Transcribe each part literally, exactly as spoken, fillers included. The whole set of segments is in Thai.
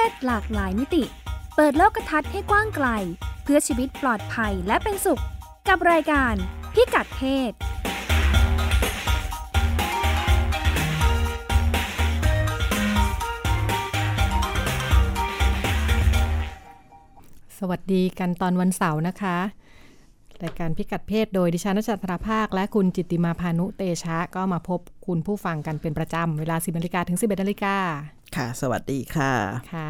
ศหลากหลายมิติเปิดโลกทัศน์ให้กว้างไกลเพื่อชีวิตปลอดภัยและเป็นสุขกับรายการพิกัดเพศสวัสดีกันตอนวันเสาร์นะคะรายการพิกัดเพศโดยดิฉันณชัตราภาคและคุณจิตติมาพานุเตชะก็มาพบคุณผู้ฟังกันเป็นประจำเวลา สิบนาฬิกา ถึง สิบเอ็ดนาฬิกาค่ะสวัสดีค่ะค่ะ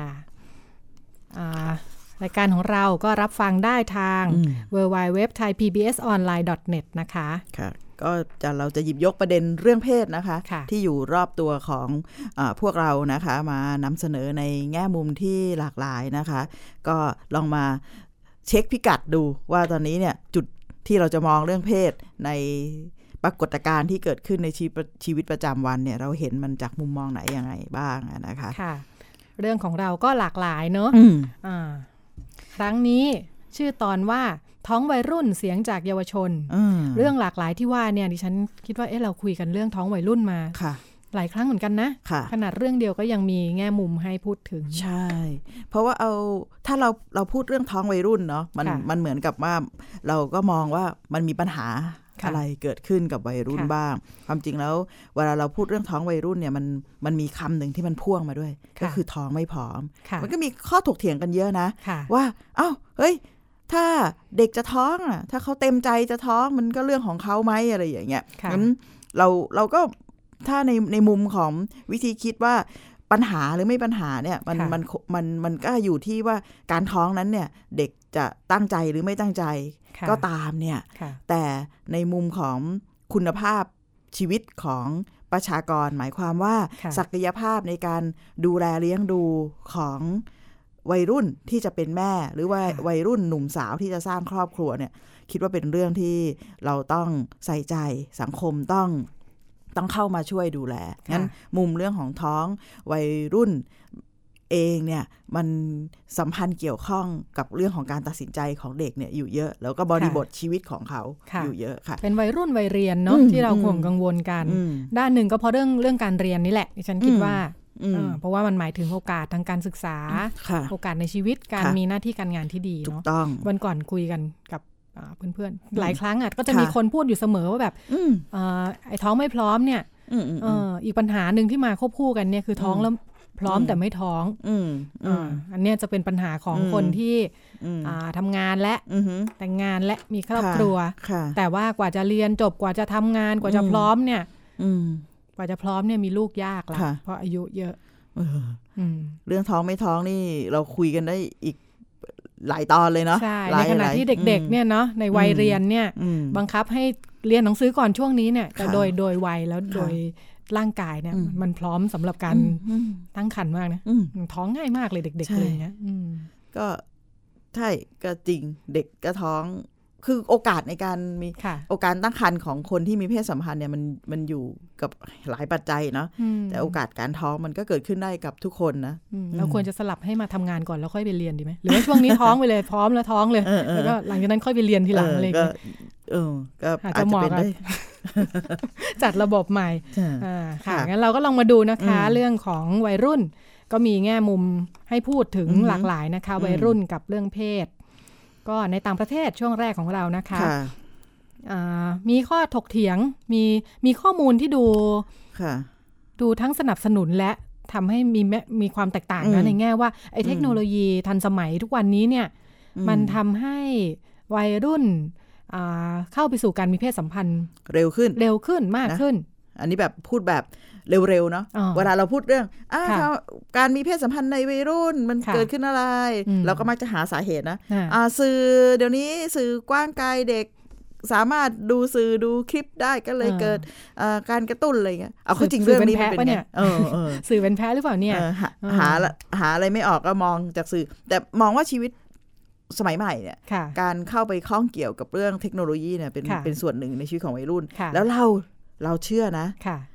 รายการของเราก็รับฟังได้ทาง ดับเบิลยู ดับเบิลยู ดับเบิลยู ดับเบิลยู ดอท ไทย พี บี เอส ออนไลน์ ดอท เน็ต นะคะค่ะก็จะเราจะหยิบยกประเด็นเรื่องเพศนะคะที่อยู่รอบตัวของอ่าพวกเรานะคะมานำเสนอในแง่มุมที่หลากหลายนะคะก็ลองมาเช็คพิกัดดูว่าตอนนี้เนี่ยจุดที่เราจะมองเรื่องเพศในปรากฏการณ์ที่เกิดขึ้นในชีวิตประจำวันเนี่ยเราเห็นมันจากมุมมองไหนยังไงบ้างนะคะค่ะเรื่องของเราก็หลากหลายเนอะอ่าครั้งนี้ชื่อตอนว่าท้องวัยรุ่นเสียงจากเยาวชนเรื่องหลากหลายที่ว่าเนี่ยดิฉันคิดว่าเอ๊ะเราคุยกันเรื่องท้องวัยรุ่นมาหลายครั้งเหมือนกันนะขนาดเรื่องเดียวก็ยังมีแง่มุมให้พูดถึงใช่เพราะว่าเอาถ้าเราเราพูดเรื่องท้องวัยรุ่นเนาะมันมันเหมือนกับว่าเราก็มองว่ามันมีปัญหาอะไรเกิดขึ้นกับวัยรุ่นบ้างความจริงแล้วเวลาเราพูดเรื่องท้องวัยรุ่นเนี่ยมันมันมีคำหนึ่งที่มันพ่วงมาด้วยก็คือท้องไม่พร้อมมันก็มีข้อถกเถียงกันเยอะนะว่าเอ้าเฮ้ยถ้าเด็กจะท้องอ่ะถ้าเขาเต็มใจจะท้องมันก็เรื่องของเขาไหมอะไรอย่างเงี้ยงั้นเราเราก็ถ้าในในมุมของวิธีคิดว่าปัญหาหรือไม่ปัญหาเนี่ยมันมันมันมันก็อยู่ที่ว่าการท้องนั้นเนี่ยเด็กจะตั้งใจหรือไม่ตั้งใจก็ตามเนี่ยแต่ในมุมของคุณภาพชีวิตของประชากรหมายความว่าศักยภาพในการดูแลเลี้ยงดูของวัยรุ่นที่จะเป็นแม่หรือว่าวัยรุ่นหนุ่มสาวที่จะสร้างครอบครัวเนี่ยคิดว่าเป็นเรื่องที่เราต้องใส่ใจสังคมต้องต้องเข้ามาช่วยดูแลงั้นมุมเรื่องของท้องวัยรุ่นเองเนี่ยมันสัมพันธ์เกี่ยวข้องกับเรื่องของการตัดสินใจของเด็กเนี่ยอยู่เยอะแล้วก็บริบทชีวิตของเขาอยู่เยอะค่ะเป็นวัยรุ่นวัยเรียนเนาะที่เราห่วงกังวลกันด้านหนึ่งก็เพราะเรื่องเรื่องการเรียนนี่แหละดิฉันคิดว่าเพราะว่ามันหมายถึงโอกาสทางการศึกษาโอกาสในชีวิตการมีหน้าที่การงานที่ดีเนาะวันก่อนคุยกันกับเพื่อนๆหลายครั้งอ่ะก็จะมีคนพูดอยู่เสมอว่าแบบไอ้ท้องไม่พร้อมเนี่ยอีกปัญหาหนึ่งที่มาควบคู่กันเนี่ยคือท้องแล้วพร้อมแต่ไม่ท้องอันนี้จะเป็นปัญหาของคนที่ทำงานและแต่งงานและมีครอบครัวแต่ว่ากว่าจะเรียนจบกว่าจะทำงานกว่าจะพร้อมเนี่ยกว่าจะพร้อมเนี่ยมีลูกยากละเพราะอายุเยอะเรื่องท้องไม่ท้องนี่เราคุยกันได้อีกหลายตอนเลยเนาะใช่ในขณะที่เด็กๆเนี่ยเนาะในวัยเรียนเนี่ยบังคับให้เรียนหนังสือก่อนช่วงนี้เนี่ยแต่โดยโดยวัยแล้วโดยร่างกายเนี่ยมันพร้อมสำหรับการตั้งครรภ์มากนะท้องง่ายมากเลยเด็กๆเลยเนี่ยก็ใช่ก็จริงเด็กก็ท้องคือโอกาสในการมีโอกาสตั้งครรภ์ของคนที่มีเพศสัมพันธ์เนี่ยมันมันอยู่กับหลายปัจจัยเนาะแต่โอกาสการท้องมันก็เกิดขึ้นได้กับทุกคนนะเราควรจะสลับให้มาทำงานก่อนแล้วค่อยไปเรียนดีไหมหรือว่าช่วงนี้ท้องไปเลยพร้อมแล้วท้องเลยแล้วก็หลังจากนั้นค่อยไปเรียนทีหลังอะไรก็เออก็อาจจะเป็นได้จัดระบบใหม่ค่ะงั้นเราก็ลองมาดูนะคะเรื่องของวัยรุ่นก็มีแง่มุมให้พูดถึงหลากหลายนะคะวัยรุ่นกับเรื่องเพศก็ในต่างประเทศช่วงแรกของเรานะคะมีข้อถกเถียงมีมีข้อมูลที่ดูดูทั้งสนับสนุนและทำให้มีมีความแตกต่างนะในแง่ว่าไอ้เทคโนโลยีทันสมัยทุกวันนี้เนี่ยมันทำให้วัยรุ่นเข้าไปสู่การมีเพศสัมพันธ์เร็วขึ้นเร็วขึ้นมากขึ้นอันนี้แบบพูดแบบเร็วๆเนาะเวลาเราพูดเรื่องการมีเพศสัมพันธ์ในวัยรุ่นมันเกิดขึ้นอะไรเราก็มักจะหาสาเหตุนะสื่อเดี๋ยวนี้สื่อกว้างไกลเด็กสามารถดูสื่อดูคลิปได้ก็เลยเกิดการกระตุ้นอะไรเงี้ยเอาเข้าจริงเรื่องนี้มันเป็นไงสื่อเป็นแพ้หรือเปล่าเนี่ยหาหาอะไรไม่ออกก็มองจากสื่อแต่มองว่าชีวิตสมัยใหม่เนี่ยการเข้าไปข้องเกี่ยวกับเรื่องเทคโนโลยีเนี่ยเป็นเป็นส่วนหนึ่งในชีวิตของวัยรุ่นแล้วเราเราเชื่อนะ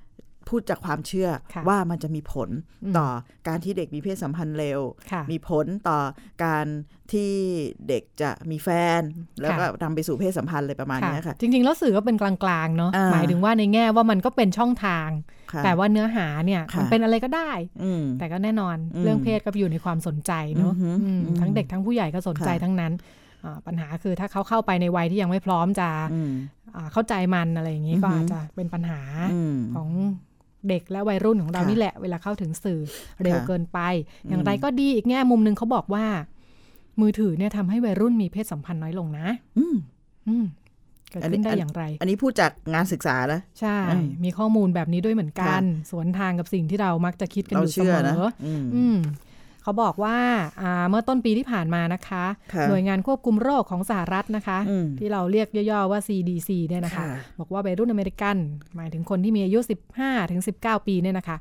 พูดจากความเชื่อว่ามันจะมีผลต่อการที่เด็กมีเพศสัมพันธ์เร็วมีผลต่อการที่เด็กจะมีแฟนแล้วก็นำไปสู่เพศสัมพันธ์เลยประมาณนี้ค่ะจริงๆแล้วสื่อก็เป็นกลางๆเนาะหมายถึงว่าในแง่ว่ามันก็เป็นช่องทางแต่ว่าเนื้อหาเนี่ยมันเป็นอะไรก็ได้แต่ก็แน่นอนเรื่องเพศก็อยู่ในความสนใจเนาะทั้งเด็กทั้งผู้ใหญ่ก็สนใจทั้งนั้นปัญหาคือถ้าเขาเข้าไปในวัยที่ยังไม่พร้อมจะเข้าใจมันอะไรอย่างนี้ก็อาจจะเป็นปัญหาของเด็กและวัยรุ่นของเรานี่แหละเวลาเข้าถึงสื่อเร็วเกินไปอย่างไรก็ดีอีกแง่มุมนึงเขาบอกว่ามือถือเนี่ยทำให้วัยรุ่นมีเพศสัมพันธ์น้อยลงนะเกิดขึ้นได้อย่างไรอันนี้พูดจากงานศึกษานะใช่มีข้อมูลแบบนี้ด้วยเหมือนกันสวนทางกับสิ่งที่เรามักจะคิดกันอยู่เสมอเขาบอกว่าเมื่อต้นปีที่ผ่านมานะคะหน่วยงานควบคุมโรคของสหรัฐนะคะที่เราเรียกย่อๆว่า ซี ดี ซี เนี่ยนะคะบอกว่าวัยรุ่นอเมริกันหมายถึงคนที่มีอายุ สิบห้าถึงสิบเก้า ปีเนี่ยนะคะ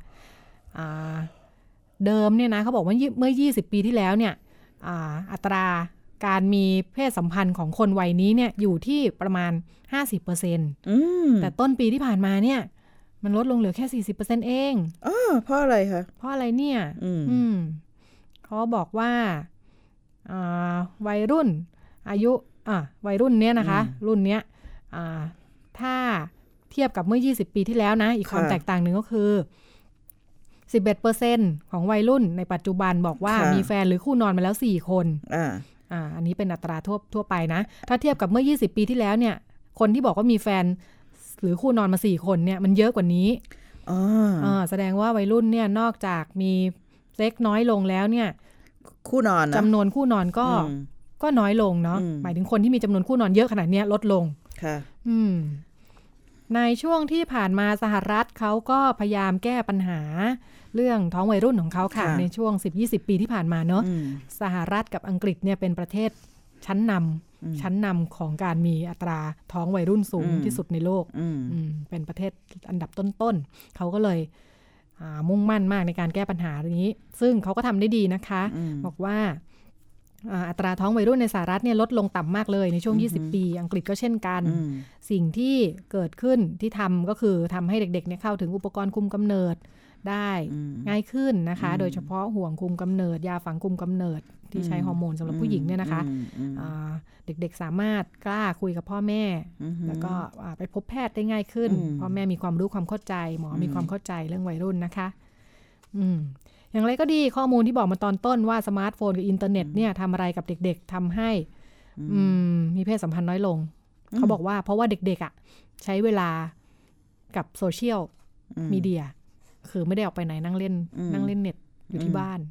เดิมเนี่ยนะเขาบอกว่าเมื่อยี่สิบปีที่แล้วเนี่ยอัตราการมีเพศสัมพันธ์ของคนวัยนี้เนี่ยอยู่ที่ประมาณ ห้าสิบเปอร์เซ็นต์ แต่ต้นปีที่ผ่านมาเนี่ยมันลดลงเหลือแค่ สี่สิบเปอร์เซ็นต์ เองอ๋อเพราะอะไรคะเพราะอะไรเนี่ยอืมเขาบอกว่าวัยรุ่นอายุวัยรุ่นเนี้ยนะคะรุ่นเนี้ยถ้าเทียบกับเมื่อยี่สิบปีที่แล้วนะอีกความแตกต่างหนึ่งก็คือ สิบเอ็ดเปอร์เซ็นต์ ของวัยรุ่นในปัจจุบันบอกว่ามีแฟนหรือคู่นอนมาแล้วสี่คนอ่าอันนี้เป็นอัตราทั่วทั่วไปนะถ้าเทียบกับเมื่อยี่สิบปีที่แล้วเนี่ยคนที่บอกว่ามีแฟนหรือคู่นอนมาสี่คนเนี่ยมันเยอะกว่านี้อ่าแสดงว่าวัยรุ่นเนี่ยนอกจากมีเซ็กน้อยลงแล้วเนี่ยคู่นอนจำนวนคู่นอนก็ก็น้อยลงเนาะหมายถึงคนที่มีจำนวนคู่นอนเยอะขนาดนี้ลดลงค่ะอืมในช่วงที่ผ่านมาสหรัฐเขาก็พยายามแก้ปัญหาเรื่องท้องวัยรุ่นของเขาค่ะในช่วง สิบถึงยี่สิบ ปีที่ผ่านมาเนาะสหรัฐกับอังกฤษเนี่ยเป็นประเทศชั้นนำชั้นนำของการมีอัตราท้องวัยรุ่นสูงที่สุดในโลกเป็นประเทศอันดับต้นๆเขาก็เลยมุ่งมั่นมากในการแก้ปัญหานี้ซึ่งเขาก็ทำได้ดีนะคะบอกว่าอัตราท้องวัยรุ่นในสหรัฐเนี่ยลดลงต่ำมากเลยในช่วงยี่สิบปีอังกฤษก็เช่นกันสิ่งที่เกิดขึ้นที่ทำก็คือทำให้เด็กๆเนี่ยเข้าถึงอุปกรณ์คุมกำเนิดได้ง่ายขึ้นนะคะโดยเฉพาะห่วงคุมกำเนิดยาฝังคุมกำเนิดที่ใช้ฮอร์โมนสำหรับผู้หญิงเนี่ยนะคะเด็กๆสามารถกล้าคุยกับพ่อแม่แล้วก็ไปพบแพทย์ได้ง่ายขึ้นพ่อแม่มีความรู้ความเข้าใจหมอมีความเข้าใจเรื่องวัยรุ่นนะคะอืมอย่างไรก็ดีข้อมูลที่บอกมาตอนต้นว่าสมาร์ทโฟนกับอินเทอร์เน็ตเนี่ยทำอะไรกับเด็กๆทำให้มีเพศสัมพันธ์น้อยลงเขาบอกว่าเพราะว่าเด็กๆอ่ะใช้เวลากับโซเชียลมีเดียคือไม่ได้ออกไปไหนนั่งเล่นนั่งเล่นเน็ตอยู่ที่บ้าน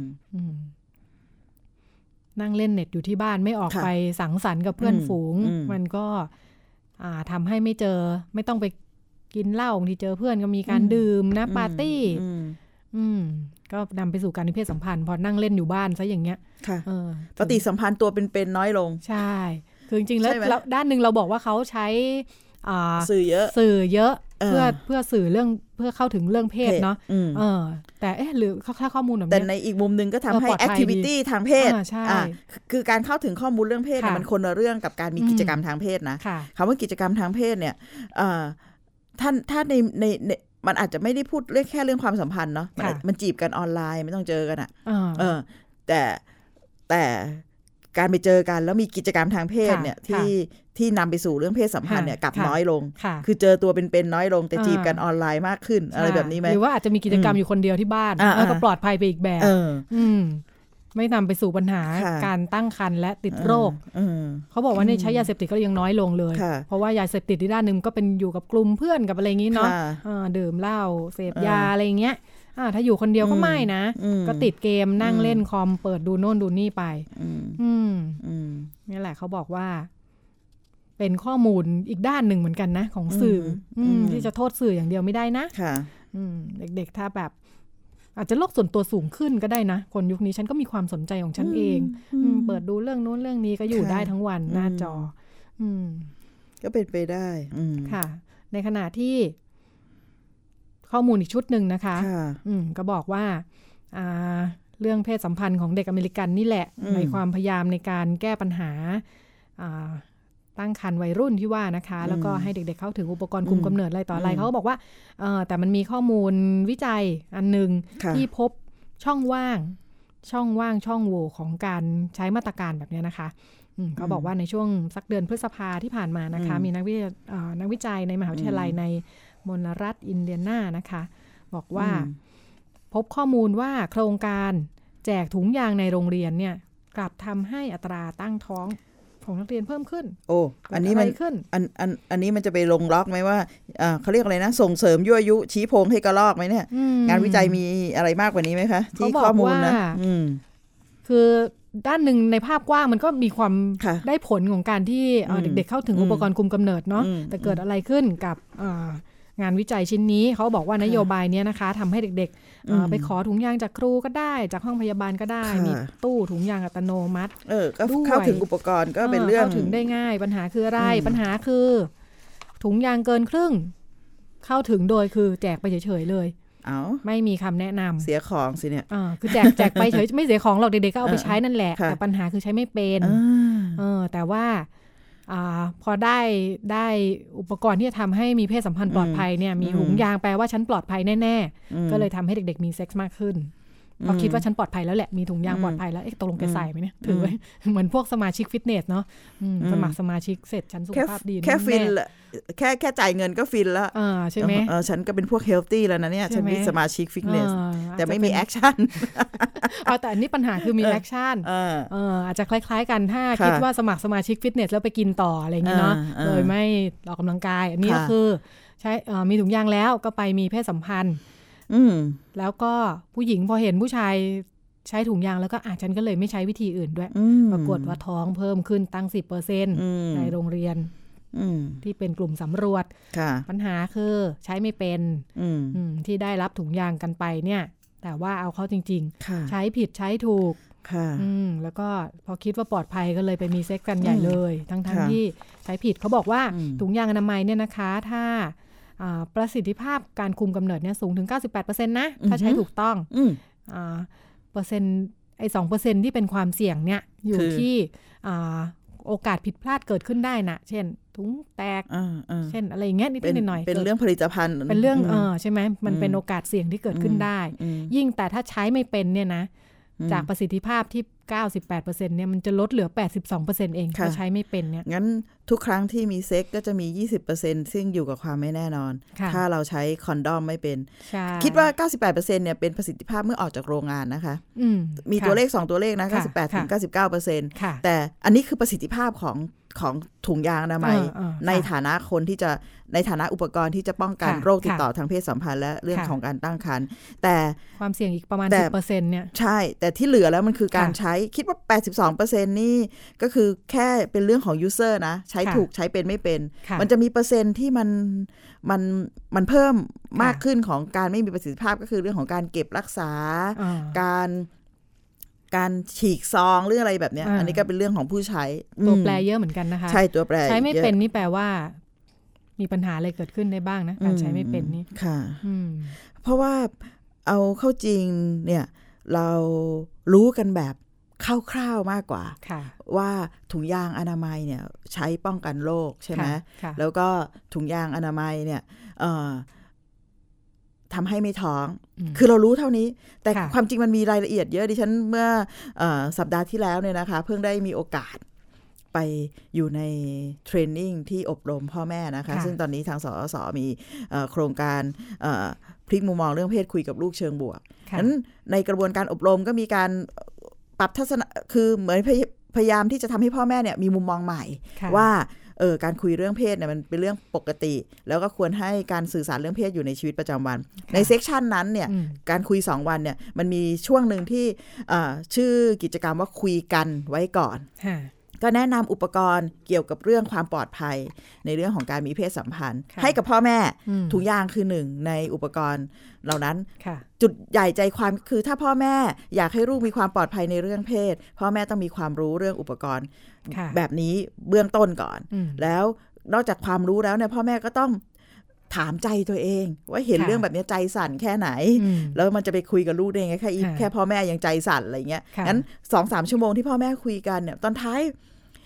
นั่งเล่นเน็ตอยู่ที่บ้านไม่ออกไปสังสรรค์กับเพื่อนฝูงมันก็ทำให้ไม่เจอไม่ต้องไปกินเหล้าบางทีเจอเพื่อนก็มีการดื่มนะปาร์ตี้อืมก็นำไปสู่การมีเพศสัมพันธ์พอนั่งเล่นอยู่บ้านซะอย่างเงี้ยค่ะปฏิสัมพันธ์ตัวเป็นๆน้อยลงใช่คือจริงๆแล้วด้านนึงเราบอกว่าเขาใช้สื่อเยอะสื่อเยอะเพื่อเพื่อสื่อเรื่องเพื่อเข้าถึงเรื่องเพศเนาะเออแต่เอ๊ะหรือค่าข้อมูลแบบนี้แต่ในอีกมุมนึงก็ทำให้แอคทิวิตี้ทางเพศคือการเข้าถึงข้อมูลเรื่องเพศมันคนละเรื่องกับการมีกิจกรรมทางเพศนะคำว่ากิจกรรมทางเพศเนี่ยท่านถ้าในในมันอาจจะไม่ได้พูดเรื่องแค่เรื่องความสัมพันธ์เนาะมันมันจีบกันออนไลน์ไม่ต้องเจอกันอ่ะเออแต่แต่การไปเจอกันแล้วมีกิจกรรมทางเพศเนี่ยที่ที่นำไปสู่เรื่องเพศสัมพันธ์เนี่ยกลับน้อยลงคือเจอตัวเป็นๆน้อยลงแต่จีบกันออนไลน์มากขึ้นอะไรแบบนี้ไหมหรือว่าอาจจะมีกิจกรรมอยู่คนเดียวที่บ้านแล้วก็ปลอดภัยไปอีกแบบไม่นำไปสู่ปัญหาการตั้งครรภ์และติดโรคเขาบอกว่าในใช้ยาเสพติดก็ยังน้อยลงเลยเพราะว่ายาเสพติดที่ด้านนึงก็เป็นอยู่กับกลุ่มเพื่อนกับอะไรอย่างนี้เนาะดื่มเหล้าเสพยาอะไรอย่างเงี้ยถ้าอยู่คนเดียวก็ไม่นะก็ติดเกมนั่งเล่นคอมเปิดดูโน่นดูนี่ไปนี่แหละเขาบอกว่าเป็นข้อมูลอีกด้านหนึ่งเหมือนกันนะของสื่อที่จะโทษสื่ออย่างเดียวไม่ได้นะเด็กๆถ้าแบบอาจจะโลกส่วนตัวสูงขึ้นก็ได้นะคนยุคนี้ฉันก็มีความสนใจของฉันเองเปิดดูเรื่องโน้นเรื่องนี้ก็อยู่ได้ทั้งวันหน้าจอก็เป็นไปได้ค่ะในขณะที่ข้อมูลอีกชุดหนึ่งนะคะก็บอกว่าเรื่องเพศสัมพันธ์ของเด็กอเมริกันนี่แหละในความพยายามในการแก้ปัญหาตั้งครรภ์วัยรุ่นที่ว่านะคะแล้วก็ให้เด็กๆเข้าถึงอุปกรณ์คุมกำเนิดอะไรต่ออะไรเขาก็บอกว่าเออแต่มันมีข้อมูลวิจัยอันนึงที่พบช่องว่างช่องว่างช่องโหว่ของการใช้มาตรการแบบนี้นะคะเขาบอกว่าในช่วงสักเดือนพฤษภาที่ผ่านมานะคะมีนักวิจัยนักวิจัยในมหาวิทยาลัยในมลรัฐอินเดียนานะคะบอกว่าพบข้อมูลว่าโครงการแจกถุงยางในโรงเรียนเนี่ยกลับทำให้อัตราตั้งท้องของนักเรียนเพิ่มขึ้นโอ้อันนี้มันอันอันอันนี้มันจะไปลงล็อกไหมว่าอ่าเขาเรียกอะไรนะส่งเสริมยั่วยุชี้โพงให้กระลอกไหมเนี่ยงานวิจัยมีอะไรมากกว่านี้ไหมคะที่ข้อมูลนะคือด้านหนึ่งในภาพกว้างมันก็มีความได้ผลของการที่เด็กๆเข้าถึงอุปกรณ์คุมกำเนิดเนาะแต่เกิดอะไรขึ้นกับงานวิจัยชิ้นนี้เขาบอกว่านโยบายนี้นะคะทำให้เด็กๆไปขอถุงยางจากครูก็ได้จากห้องพยาบาลก็ได้มีตู้ถุงยางอัตโนมัติเออก็เข้าถึงอุปกรณ์ก็เป็นเรื่องเข้าถึงได้ง่ายปัญหาคืออะไรปัญหาคือถุงยางเกินครึ่งเข้าถึงโดยคือแจกไปเฉยๆเลยไม่มีคำแนะนำเสียของสิเนี่ยคือแจกแจกไปเฉยไม่เสียของหรอกเด็กๆก็เอาไปใช้นั่นแหละแต่ปัญหาคือใช้ไม่เป็นเออแต่ว่าอ, พอได้ได้อุปกรณ์ที่จะทำให้มีเพศสัมพันธ์ปลอดภัยเนี่ยมีถุงยางแปลว่าฉันปลอดภัยแน่ๆก็เลยทำให้เด็กๆมีเซ็กส์มากขึ้นพอคิดว่าฉันปลอดภัยแล้วแหละมีถุงยางปลอดภัยแล้วเอ๊ะตกลงแกใส่ไหมเนี่ยถือไว้เหมือนพวกสมาชิกฟิตเนสเนาะสมัครสมาชิกเสร็จฉันสุขภาพดีแค่ฟินแค่แค่จ่ายเงินก็ฟินแล้วใช่ไหมเออฉันก็เป็นพวกเฮลตี้แล้วนะเนี่ยฉันมีสมาชิกฟิตเนสแต่ไม่มีแอคชั่นอ๋อแต่อันนี้ปัญหาคือมีแอคชั่นเอออาจจะคล้ายๆกันถ้าคิดว่าสมัครสมาชิกฟิตเนสแล้วไปกินต่ออะไรอย่างเงี้ยเนาะโดยไม่ออกกำลังกายอันนี้ก็คือใช้มีถุงยางแล้วก็ไปมีเพศสัมพันธ์แล้วก็ผู้หญิงพอเห็นผู้ชายใช้ถุงยางแล้วก็อ่ะฉันก็เลยไม่ใช้วิธีอื่นด้วยปรากฏว่าท้องเพิ่มขึ้นตั้ง สิบเปอร์เซ็นต์ ในโรงเรียนที่เป็นกลุ่มสำรวจปัญหาคือใช้ไม่เป็นที่ได้รับถุงยางกันไปเนี่ยแต่ว่าเอาเข้าจริงๆใช้ผิดใช้ถูกแล้วก็พอคิดว่าปลอดภัยก็เลยไปมีเซ็กกันใหญ่เลยทั้งๆที่ใช้ผิดเขาบอกว่าถุงยางอนามัยเนี่ยนะคะถ้าประสิทธิภาพการคุมกำเนิดเนี่ยสูงถึง เก้าสิบแปดเปอร์เซ็นต์ นะถ้าใช้ถูกต้องเปอร์เซ็นต์ไอ้ สองเปอร์เซ็นต์ ที่เป็นความเสี่ยงเนี่ยอยู่ที่โอกาสผิดพลาดเกิดขึ้นได้นะเช่นถุงแตกเช่นอะไรอย่างเงี้ยนิดๆหน่อยๆเป็นเรื่องผลิตภัณฑ์เป็นเรื่องเออใช่ไหมมันเป็นโอกาสเสี่ยงที่เกิดขึ้นได้ยิ่งแต่ถ้าใช้ไม่เป็นเนี่ยนะจากประสิทธิภาพที่ เก้าสิบแปดเปอร์เซ็นต์ เนี่ยมันจะลดเหลือ แปดสิบสองเปอร์เซ็นต์ เองถ้าใช้ไม่เป็นเนี่ยงั้นทุกครั้งที่มีเซ็กก็จะมี ยี่สิบเปอร์เซ็นต์ ซึ่งอยู่กับความไม่แน่นอนถ้าเราใช้คอนดอมไม่เป็นคิดว่า เก้าสิบแปดเปอร์เซ็นต์ เนี่ยเป็นประสิทธิภาพเมื่อออกจากโรงงานนะคะมีตัวเลขสองตัวเลขนะ เก้าสิบแปดถึงเก้าสิบเก้าเปอร์เซ็นต์ แต่อันนี้คือประสิทธิภาพของของถุงยางอนามัยในฐานะคนที่จะในฐานะอุปกรณ์ที่จะป้องกันโรคติดต่อทางเพศสัมพันธ์และเรื่องของการตั้งครรภ์แต่ความเสี่ยงอีกประมาณ สิบเปอร์เซ็นต์ เนี่ยใช่แต่ที่เหลือแล้วมันคือการใช้คิดว่า แปดสิบสองเปอร์เซ็นต์ นี่ก็คือแค่เป็นเรื่องของยูเซอร์นะใช้ถูกใช้เป็นไม่เป็นมันจะมีเปอร์เซ็นต์ที่มันมันมันเพิ่มมากขึ้นของการไม่มีประสิทธิภาพก็คือเรื่องของการเก็บรักษาการการฉีกซองหรืออะไรแบบนี้ อ, อันนี้ก็เป็นเรื่องของผู้ใช้ตัวแปรเยอะเหมือนกันนะคะใช่ตัวแปรใช้ไม่เป็นนี่แปลว่ามีปัญหาอะไรเกิดขึ้นได้บ้างนะการใช้ไม่เป็นนี่ค่ะเพราะว่าเอาเข้าจริงเนี่ยเรารู้กันแบบคร่าวๆมากกว่าว่าถุงยางอนามัยเนี่ยใช้ป้องกันโรคใช่ไหมแล้วก็ถุงยางอนามัยเนี่ยทำให้ไม่ท้องคือเรารู้เท่านี้แต่ความจริงมันมีรายละเอียดเยอะดิฉันเมื่อเอ่อสัปดาห์ที่แล้วเนี่ยนะคะเพิ่งได้มีโอกาสไปอยู่ในเทรนนิ่งที่อบรมพ่อแม่นะคะซึ่งตอนนี้ทางสสมีโครงการพลิกมุมมองเรื่องเพศคุยกับลูกเชิงบวกนั้นในกระบวนการอบรมก็มีการปรับทัศนะคือเหมือนพยายามที่จะทำให้พ่อแม่เนี่ยมีมุมมองใหม่ว่าเออการคุยเรื่องเพศเนี่ยมันเป็นเรื่องปกติแล้วก็ควรให้การสื่อสารเรื่องเพศอยู่ในชีวิตประจำวันในเซกชันนั้นเนี่ยการคุยสองวันเนี่ยมันมีช่วงหนึ่งที่ชื่อกิจกรรมว่าคุยกันไว้ก่อนก็แนะนำอุปกรณ์เกี่ยวกับเรื่องความปลอดภัยในเรื่องของการมีเพศสัมพันธ์ให้กับพ่อแม่ถุงยางคือหนึ่งในอุปกรณ์เหล่านั้นจุดใหญ่ใจความคือถ้าพ่อแม่อยากให้ลูกมีความปลอดภัยในเรื่องเพศพ่อแม่ต้องมีความรู้เรื่องอุปกรณ์แบบนี้เบื้องต้นก่อนแล้วนอกจากความรู้แล้วเนี่ยพ่อแม่ก็ต้องถามใจตัวเองว่าเห็นเรื่องแบบนี้ใจสั่นแค่ไหนแล้วมันจะไปคุยกับลูกได้ไงแค่แค่พ่อแม่ยังใจสั่นอะไรเงี้ยงั้น สองถึงสาม ชั่วโมงที่พ่อแม่คุยกันเนี่ยตอนท้าย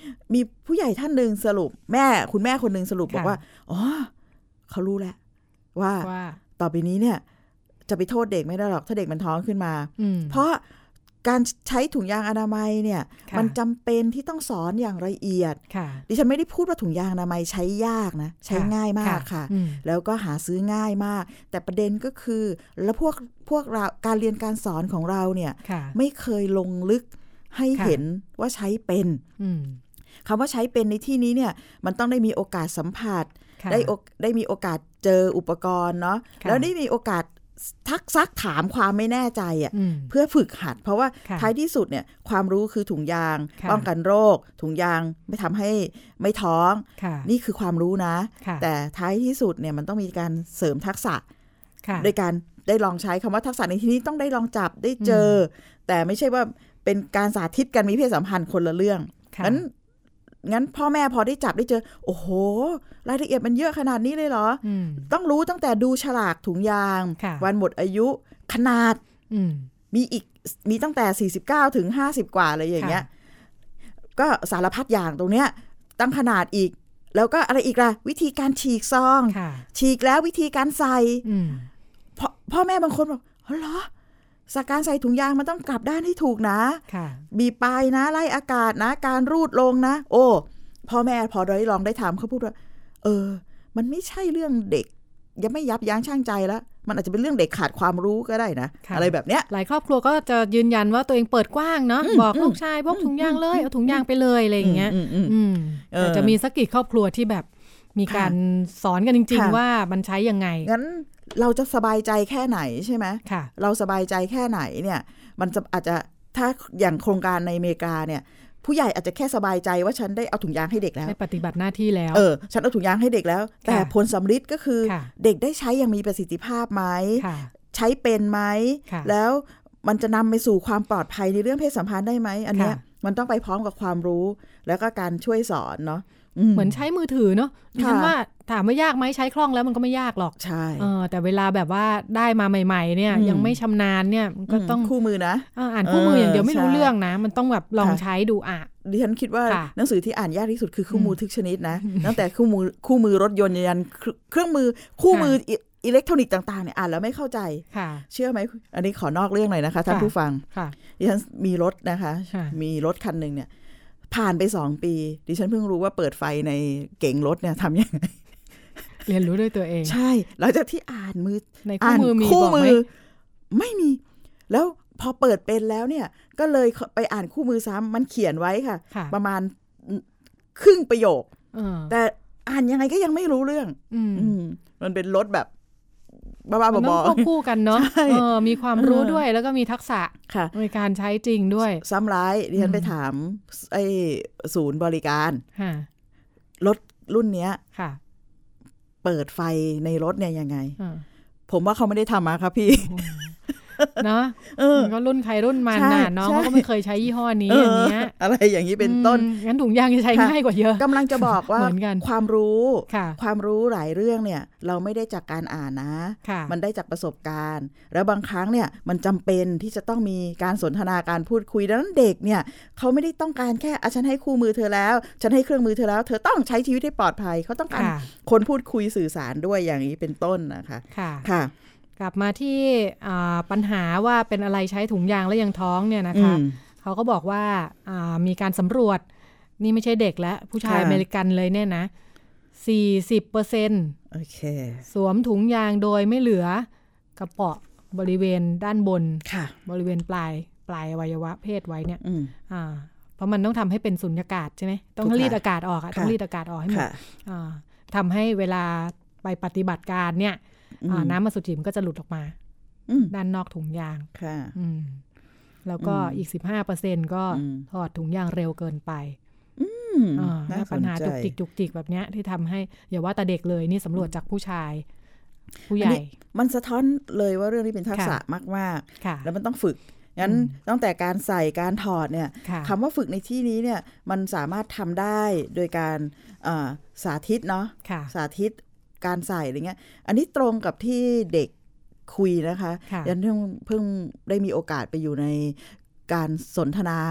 มีผู้ใหญ่ท่านหนึ่งสรุปแม่คุณแม่คนหนึ่งสรุปบอกว่าอ๋อเขารู้แล้วว่าต่อไปนี้เนี่ยจะไปโทษเด็กไม่ได้หรอกถ้าเด็กมันท้องขึ้นมาเพราะการใช้ถุงยางอนามัยเนี่ยมันจำเป็นที่ต้องสอนอย่างละเอียดดิฉันไม่ได้พูดว่าถุงยางอนามัยใช้ยากนะใช้ง่ายมากค่ะแล้วก็หาซื้อง่ายมากแต่ประเด็นก็คือแล้วพวกพวกเราการเรียนการสอนของเราเนี่ยไม่เคยลงลึกให้เห็นว่าใช้เป็นคำว่าใช้เป็นในที่นี้เนี่ยมันต้องได้มีโอกาสสัมผัสได้ได้มีโอกาสเจออุปกรณ์เนาะแล้วได้มีโอกาสทักซักถามความไม่แน่ใจอ่ะเพื่อฝึกหัดเพราะว่าท้ายที่สุดเนี่ยความรู้คือถุงยางป้องกันโรคถุงยางไม่ทำให้ไม่ท้องนี่คือความรู้นะแต่ท้ายที่สุดเนี่ยมันต้องมีการเสริมทักษะโดยการได้ลองใช้คำว่าทักษะในที่นี้ต้องได้ลองจับได้เจอแต่ไม่ใช่ว่าเป็นการสาธิตการมีเพศสัมพันธ์คนละเรื่องงั้นงั้นพ่อแม่พอได้จับได้เจอโอ้โหรายละเอียดมันเยอะขนาดนี้เลยเหรอต้องรู้ตั้งแต่ดูฉลากถุงยางวันหมดอายุขนาดมีอีกมีตั้งแต่สี่สิบเก้าถึงห้าสิบกว่าเลยอย่างเงี้ยก็สารพัดอย่างตรงเนี้ยตั้งขนาดอีกแล้วก็อะไรอีกล่ะวิธีการฉีกซองฉีกแล้ววิธีการใส่พ่อพ่อแม่บางคนบอกอ๋อเหรอสการใส่ถุงยางมันต้องกลับด้านให้ถูกนะบีบปลายนะไล่อากาศนะการรูดลงนะโอ้พ่อแม่พอได้ลองได้ถามเขาพูดว่าเออมันไม่ใช่เรื่องเด็กยังไม่ยับยั้งชั่งใจแล้วมันอาจจะเป็นเรื่องเด็กขาดความรู้ก็ได้นะอะไรแบบเนี้ยหลายครอบครัวก็จะยืนยันว่าตัวเองเปิดกว้างเนาะบอกลูกชายพกถุงยางเลยเอาถุงยางไปเลยอะไรอย่างเงี้ยแต่จะมีสักกี่ครอบครัวที่แบบมีการสอนกันจริงๆว่ามันใช้ยังไงงั้นเราจะสบายใจแค่ไหนใช่ไหมเราสบายใจแค่ไหนเนี่ยมันจะอาจจะถ้าอย่างโครงการในอเมริกาเนี่ยผู้ใหญ่อาจจะแค่สบายใจว่าฉันได้เอาถุงยางให้เด็กแล้วได้ปฏิบัติหน้าที่แล้วเออฉันเอาถุงยางให้เด็กแล้วแต่ผลสำลิดก็คือเด็กได้ใช้อย่างมีประสิทธิภาพไหมใช้เป็นไหมแล้วมันจะนำไปสู่ความปลอดภัยในเรื่องเพศสัมพันธ์ได้ไหมอันเนี้ยมันต้องไปพร้อมกับความรู้แล้วก็การช่วยสอนเนาะเหมือนใช้มือถือเนาะฉันว่าถามว่ายากไหมใช้คล่องแล้วมันก็ไม่ยากหรอกใช่เออแต่เวลาแบบว่าได้มาใหม่ๆเนี่ยยังไม่ชำนาญเนี่ยมันก็ต้องคู่มือนะอ่านคู่มืออย่างเดียวไม่รู้เรื่องนะมันต้องแบบลองใช้ดูอ่ะดิฉันคิดว่าหนังสือที่อ่านยากที่สุดคือคู่มือทุกชนิดนะตั้งแต่คู่มือคู่มือรถยนต์ยันเครื่องมือคู่มืออิเล็กทรอนิกส์ต่างๆเนี่ยอ่านแล้วไม่เข้าใจเชื่อไหมอันนี้ขอนอกเรื่องหน่อยนะคะท่านผู้ฟังดิฉันมีรถนะคะมีรถคันนึงเนี่ยผ่านไปสองปีดิฉันเพิ่งรู้ว่าเปิดไฟในเก๋งรถเนี่ยทำยังไงเรียนรู้ด้วยตัวเองใช่หลังจากที่อ่านมือในคู่มือมีคู่มือไม่มีแล้วพอเปิดเป็นแล้วเนี่ยก็เลยไปอ่านคู่มือซ้ำมันเขียนไว้ค่ะประมาณครึ่งประโยคแต่อ่านยังไงก็ยังไม่รู้เรื่องมันเป็นรถแบบบ้าๆบอๆมันต้องควบคู่กันเนาะมีความรู้ด้วยแล้วก็มีทักษะในการใช้จริงด้วยซ้ำร้ายดิฉันไปถามไอ้ศูนย์บริการรถรุ่นเนี้ยเปิดไฟในรถเนี่ยยังไงผมว่าเขาไม่ได้ทำมาครับพี่เนาะก็รุ่นใครรุ่นมันน่ะน้องเขาก็ไม่เคยใช้ยี่ห้อนี้อย่างเงี้ยอะไรอย่างนี้เป็นต้นงั้นถุงยางจะใช้ง่ายกว่าเยอะกำลังจะบอกว่าความรู้ความรู้หลายเรื่องเนี่ยเราไม่ได้จากการอ่านนะมันได้จากประสบการณ์แล้วบางครั้งเนี่ยมันจำเป็นที่จะต้องมีการสนทนาการพูดคุยดังนั้นเด็กเนี่ยเขาไม่ได้ต้องการแค่อ่ะฉันให้คู่มือเธอแล้วฉันให้เครื่องมือเธอแล้วเธอต้องใช้ชีวิตให้ปลอดภัยเขาต้องการคนพูดคุยสื่อสารด้วยอย่างนี้เป็นต้นนะคะค่ะกลับมาที่ปัญหาว่าเป็นอะไรใช้ถุงยางแล้วยังท้องเนี่ยนะคะเขาก็บอกว่ามีการสำรวจนี่ไม่ใช่เด็กแล้วผู้ชายอเมริกันเลยเนี่ยนะ สี่สิบเปอร์เซ็นต์โอเคสวมถุงยางโดยไม่เหลือกระเป๋าบริเวณด้านบนบริเวณปลายปลายอวัยวะเพศไว้เนี่ยอ่าเพราะมันต้องทำให้เป็นสุญญากาศใช่ไหมต้องรีดอากาศออกต้องรีดอากาศออกให้หมดทำให้เวลาไปปฏิบัติการเนี่ยน้ำอสุจิมันก็จะหลุดออกมาด้านนอกถุงยางแล้วก็อีก สิบห้าเปอร์เซ็นต์ ก็ถอดถุงยางเร็วเกินไปปัญหาจุกจิกจุกจิกแบบนี้ที่ทำให้อย่าว่าแต่เด็กเลยนี่สำรวจจากผู้ชายผู้ใหญ่มันสะท้อนเลยว่าเรื่องนี้เป็นทักษะมากๆแล้วมันต้องฝึกงั้นตั้งแต่การใส่การถอดเนี่ยคำว่าฝึกในที่นี้เนี่ยมันสามารถทำได้โดยการสาธิตเนาะสาธิตการใส่อะไรเงี้ยอันนี้ตรงกับที่เด็กคุยนะคะยันเพิ่งเพิ่งได้มีโอกาสไปอยู่ในการสนทนาข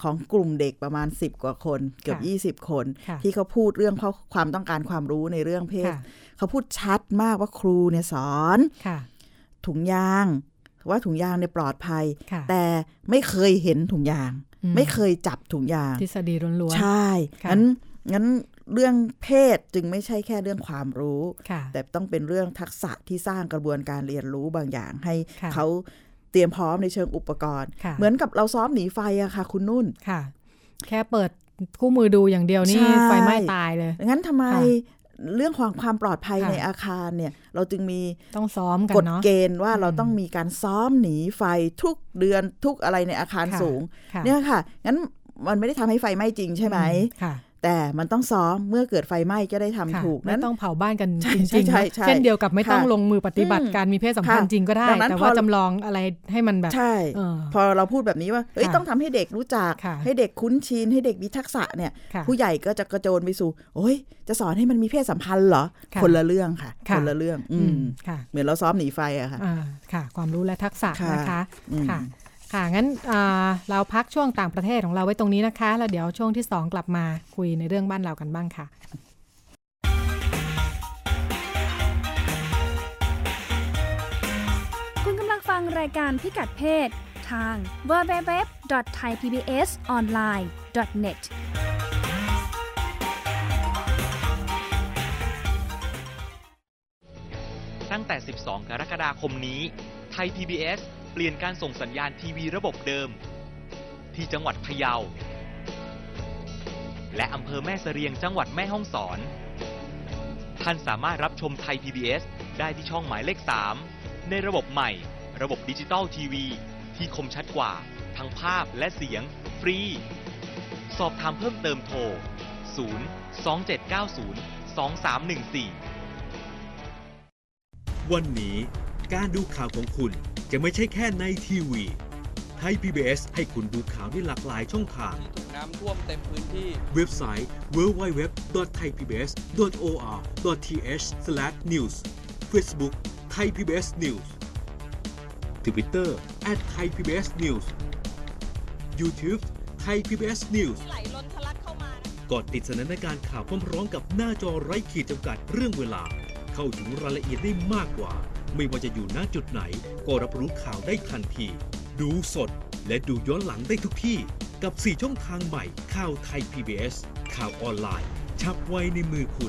ของกลุ่มเด็กประมาณสิบกว่าคนเกือบยี่สิบคนที่เขาพูดเรื่องความต้องการความรู้ในเรื่องเพศเขาพูดชัดมากว่าครูเนี่ยสอนถุงยางว่าถุงยางเนี่ยปลอดภัยแต่ไม่เคยเห็นถุงยางไม่เคยจับถุงยางทฤษฎีล้วนๆใช่งั้นงั้นเรื่องเพศจึงไม่ใช่แค่เรื่องความรู้แต่ต้องเป็นเรื่องทักษะที่สร้างกระบวนการเรียนรู้บางอย่างให้เขาเตรียมพร้อมในเชิงอุปกรณ์เหมือนกับเราซ้อมหนีไฟอะค่ะคุณนุ่นค่ะแค่เปิดคู่มือดูอย่างเดียวนี่ไฟไหม้ตายเลยงั้นทำไมเรื่องความความปลอดภัยในอาคารเนี่ยเราจึงมีต้องซ้อมกันกฎเกณฑ์ว่าเราต้องมีการซ้อมหนีไฟทุกเดือนทุกอะไรในอาคารสูงเนี่ยค่ะงั้นมันไม่ได้ทำให้ไฟไหม้จริงใช่ไหมแต่มันต้องซ้อมเมื่อเกิดไฟไหม้จะได้ทำถูกไม่ต้องเผาบ้านกันจริงๆเช่นเดียวกับไม่ต้องลงมือปฏิบัติการมีเพศสัมพันธ์จริงก็ได้แต่ว่าจำลองอะไรให้มันแบบใช่พอเราพูดแบบนี้ว่าเอ้ยต้องทำให้เด็กรู้จักให้เด็กคุ้นชินให้เด็กมีทักษะเนี่ยผู้ใหญ่ก็จะกระโจนไปสู่โอ้ยจะสอนให้มันมีเพศสัมพันธ์เหรอคนละเรื่องค่ะคนละเรื่องเหมือนเราซ้อมหนีไฟอะค่ะค่ะความรู้และทักษะนะคะค่ะค่ะงั้นเราพักช่วงต่างประเทศของเราไว้ตรงนี้นะคะแล้วเดี๋ยวช่วงที่สองกลับมาคุยในเรื่องบ้านเรากันบ้างค่ะคุณกำลังฟังรายการพิกัดเพศทาง ดับเบิลยู ดับเบิลยู ดับเบิลยู ดอท ไทย พี บี เอส ออนไลน์ ดอท เน็ตตั้งแต่สิบสองกรกฎาคมนี้ไทย พี บี เอส เปลี่ยนการส่งสัญญาณทีวีระบบเดิมที่จังหวัดพะเยาและอำเภอแม่เสรียงจังหวัดแม่ฮ่องสอนท่านสามารถรับชมไทย พี บี เอส ได้ที่ช่องหมายเลขสามในระบบใหม่ระบบดิจิตอลทีวีที่คมชัดกว่าทั้งภาพและเสียงฟรีสอบถามเพิ่มเติมโทรศูนย์ สอง เจ็ด เก้า ศูนย์ สอง สาม หนึ่ง สี่วันนี้การดูข่าวของคุณจะไม่ใช่แค่ในทีวีไทย พี บี เอส ให้คุณดูข่าวได้หลากหลายช่องทางถูกน้ำท่วมเต็มพื้นที่เว็บไซต์ ดับเบิลยู ดับเบิลยู ดับเบิลยู ดอท ไทย พี บี เอส ดอท โอ อาร์ ดอท ที เอช สแลช นิวส์ Facebook Thai พี บี เอส News Twitter แอท ไทย พี บี เอส นิวส์ YouTube Thai พี บี เอส News ไหลล้นทะลักเข้ามากดติดสนันในการข่าวพร้อมๆกับหน้าจอไร้ขีดจำกัดเรื่องเวลาเข้าถึงรายละเอียดได้มากกว่าไม่ว่าจะอยู่ณจุดไหนก็รับรู้ข่าวได้ทันทีดูสดและดูย้อนหลังได้ทุกที่กับสี่ช่องทางใหม่ข่าวไทย พี บี เอส ข่าวออนไลน์ฉับไวในมือคุณ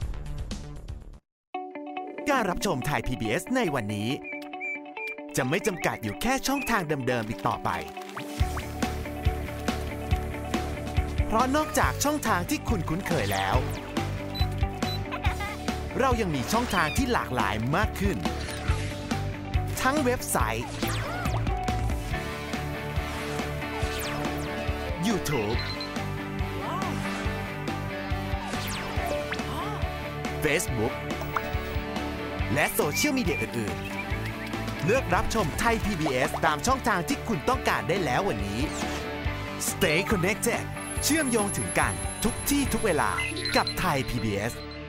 การรับชมไทย พี บี เอส ในวันนี้จะไม่จำกัดอยู่แค่ช่องทางเดิมๆอีกต่อไปเพราะนอกจากช่องทางที่คุณคุ้นเคยแล้วเรายังมีช่องทางที่หลากหลายมากขึ้นทั้งเว็บไซต์ YouTube Facebook และโซเชียลมีเดียอื่นๆเลือกรับชมไทย พี บี เอส ตามช่องทางที่คุณต้องการได้แล้ววันนี้ Stay connected เชื่อมโยงถึงกันทุกที่ทุกเวลากับไทย พี บี เอส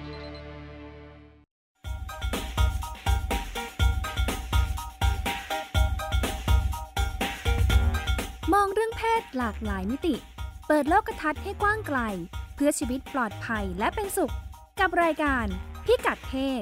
มองเรื่องเพศหลากหลายมิติเปิดโลกทัศน์ให้กว้างไกลเพื่อชีวิตปลอดภัยและเป็นสุขกับรายการพิกัดเพศ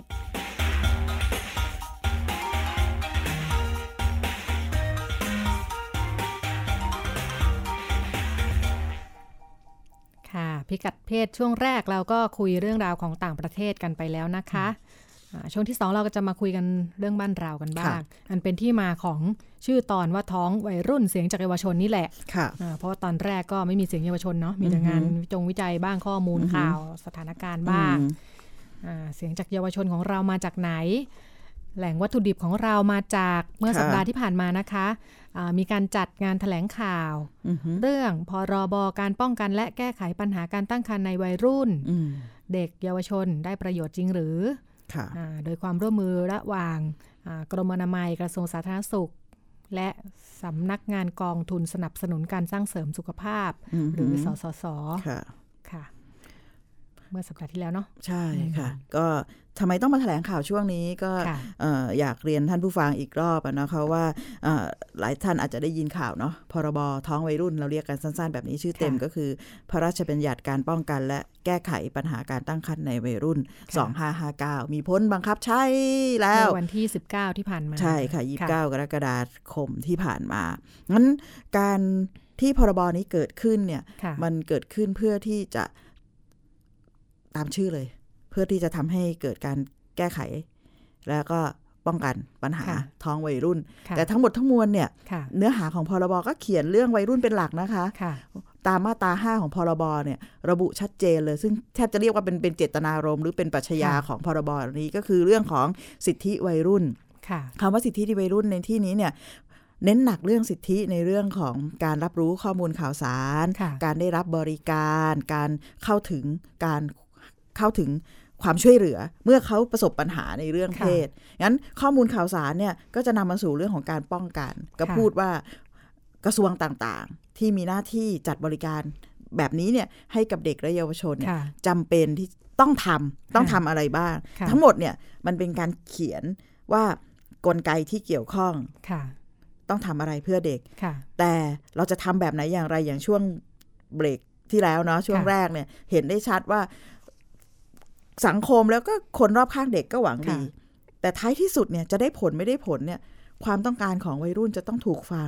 ค่ะพิกัดเพศช่วงแรกเราก็คุยเรื่องราวของต่างประเทศกันไปแล้วนะคะช่วงที่สองเราก็จะมาคุยกันเรื่องบ้านเรากันบ้างอันเป็นที่มาของชื่อตอนว่าท้องวัยรุ่นเสียงจากเยาวชนนี่แหละเพราะว่าตอนแรกก็ไม่มีเสียงเยาวชนเนาะมีแต่งานวิจงวิจัยบ้างข้อมูลข่าวสถานการณ์บ้างเสียงจากเยาวชนของเรามาจากไหนแหล่งวัตถุดิบของเรามาจากเมื่อสัปดาห์ที่ผ่านมานะคะมีการจัดงานแถลงข่าวเรื่องพรบการป้องกันและแก้ไขปัญหาการตั้งครรภ์ในวัยรุ่นเด็กเยาวชนได้ประโยชน์จริงหรือโดยความร่วมมือระหว่างกรมอนามัยกระทรวงสาธารณสุขและสำนักงานกองทุนสนับสนุนการสร้างเสริมสุขภาพหรือสสสค่ะเมื่อสัปดาห์ที่แล้วเนาะใช่ค่ะก็ทำไมต้องมาแถลงข่าวช่วงนี้ก็อยากเรียนท่านผู้ฟังอีกรอบนะคะว่าหลายท่านอาจจะได้ยินข่าวเนาะพรบท้องวัยรุ่นเราเรียกกันสั้นๆแบบนี้ชื่อเต็มก็คือพระราชบัญญัติการป้องกันและแก้ไขปัญหาการตั้งครรภ์ในวัยรุ่นสองพันห้าร้อยห้าสิบเก้ามีพ้นบังคับใช้แล้ววันที่สิบเก้าที่ผ่านมาใช่ค่ะยี่สิบเก้ากรกฎาคมที่ผ่านมางั้นการที่พรบนี้เกิดขึ้นเนี่ยมันเกิดขึ้นเพื่อที่จะตามชื่อเลยเพื่อที่จะทำให้เกิดการแก้ไขแล้วก็ป้องกันปัญหาท้องวัยรุ่นแต่ทั้งหมดทั้งมวลเนี่ยเนื้อหาของพรบก็เขียนเรื่องวัยรุ่นเป็นหลักนะคะตามมาตราห้าของพรบเนี่ยระบุชัดเจนเลยซึ่งแทบจะเรียกว่าเป็นเป็นเจตนารมณ์หรือเป็นปรัชญาของพรบนี้ก็คือเรื่องของสิทธิวัยรุ่นคำว่าสิทธิวัยรุ่นในที่นี้เนี่ยเน้นหนักเรื่องสิทธิในเรื่องของการรับรู้ข้อมูลข่าวสารการได้รับบริการการเข้าถึงการเข้าถึงความช่วยเหลือเมื่อเขาประสบปัญหาในเรื่องเพศงั้นข้อมูลข่าวสารเนี่ยก็จะนำมาสู่เรื่องของการป้องกันก็พูดว่ากระทรวงต่างๆที่มีหน้าที่จัดบริการแบบนี้เนี่ยให้กับเด็กและเยาวชนเนี่ยจำเป็นที่ต้องทำต้องทำอะไรบ้างทั้งหมดเนี่ยมันเป็นการเขียนว่ากลไกที่เกี่ยวข้องต้องทำอะไรเพื่อเด็กแต่เราจะทำแบบไหนอย่างไรอย่างช่วงเบรกที่แล้วเนาะช่วงแรกเนี่ยเห็นได้ชัดว่าสังคมแล้วก็คนรอบข้างเด็กก็หวังดีแต่ท้ายที่สุดเนี่ยจะได้ผลไม่ได้ผลเนี่ยความต้องการของวัยรุ่นจะต้องถูกฟัง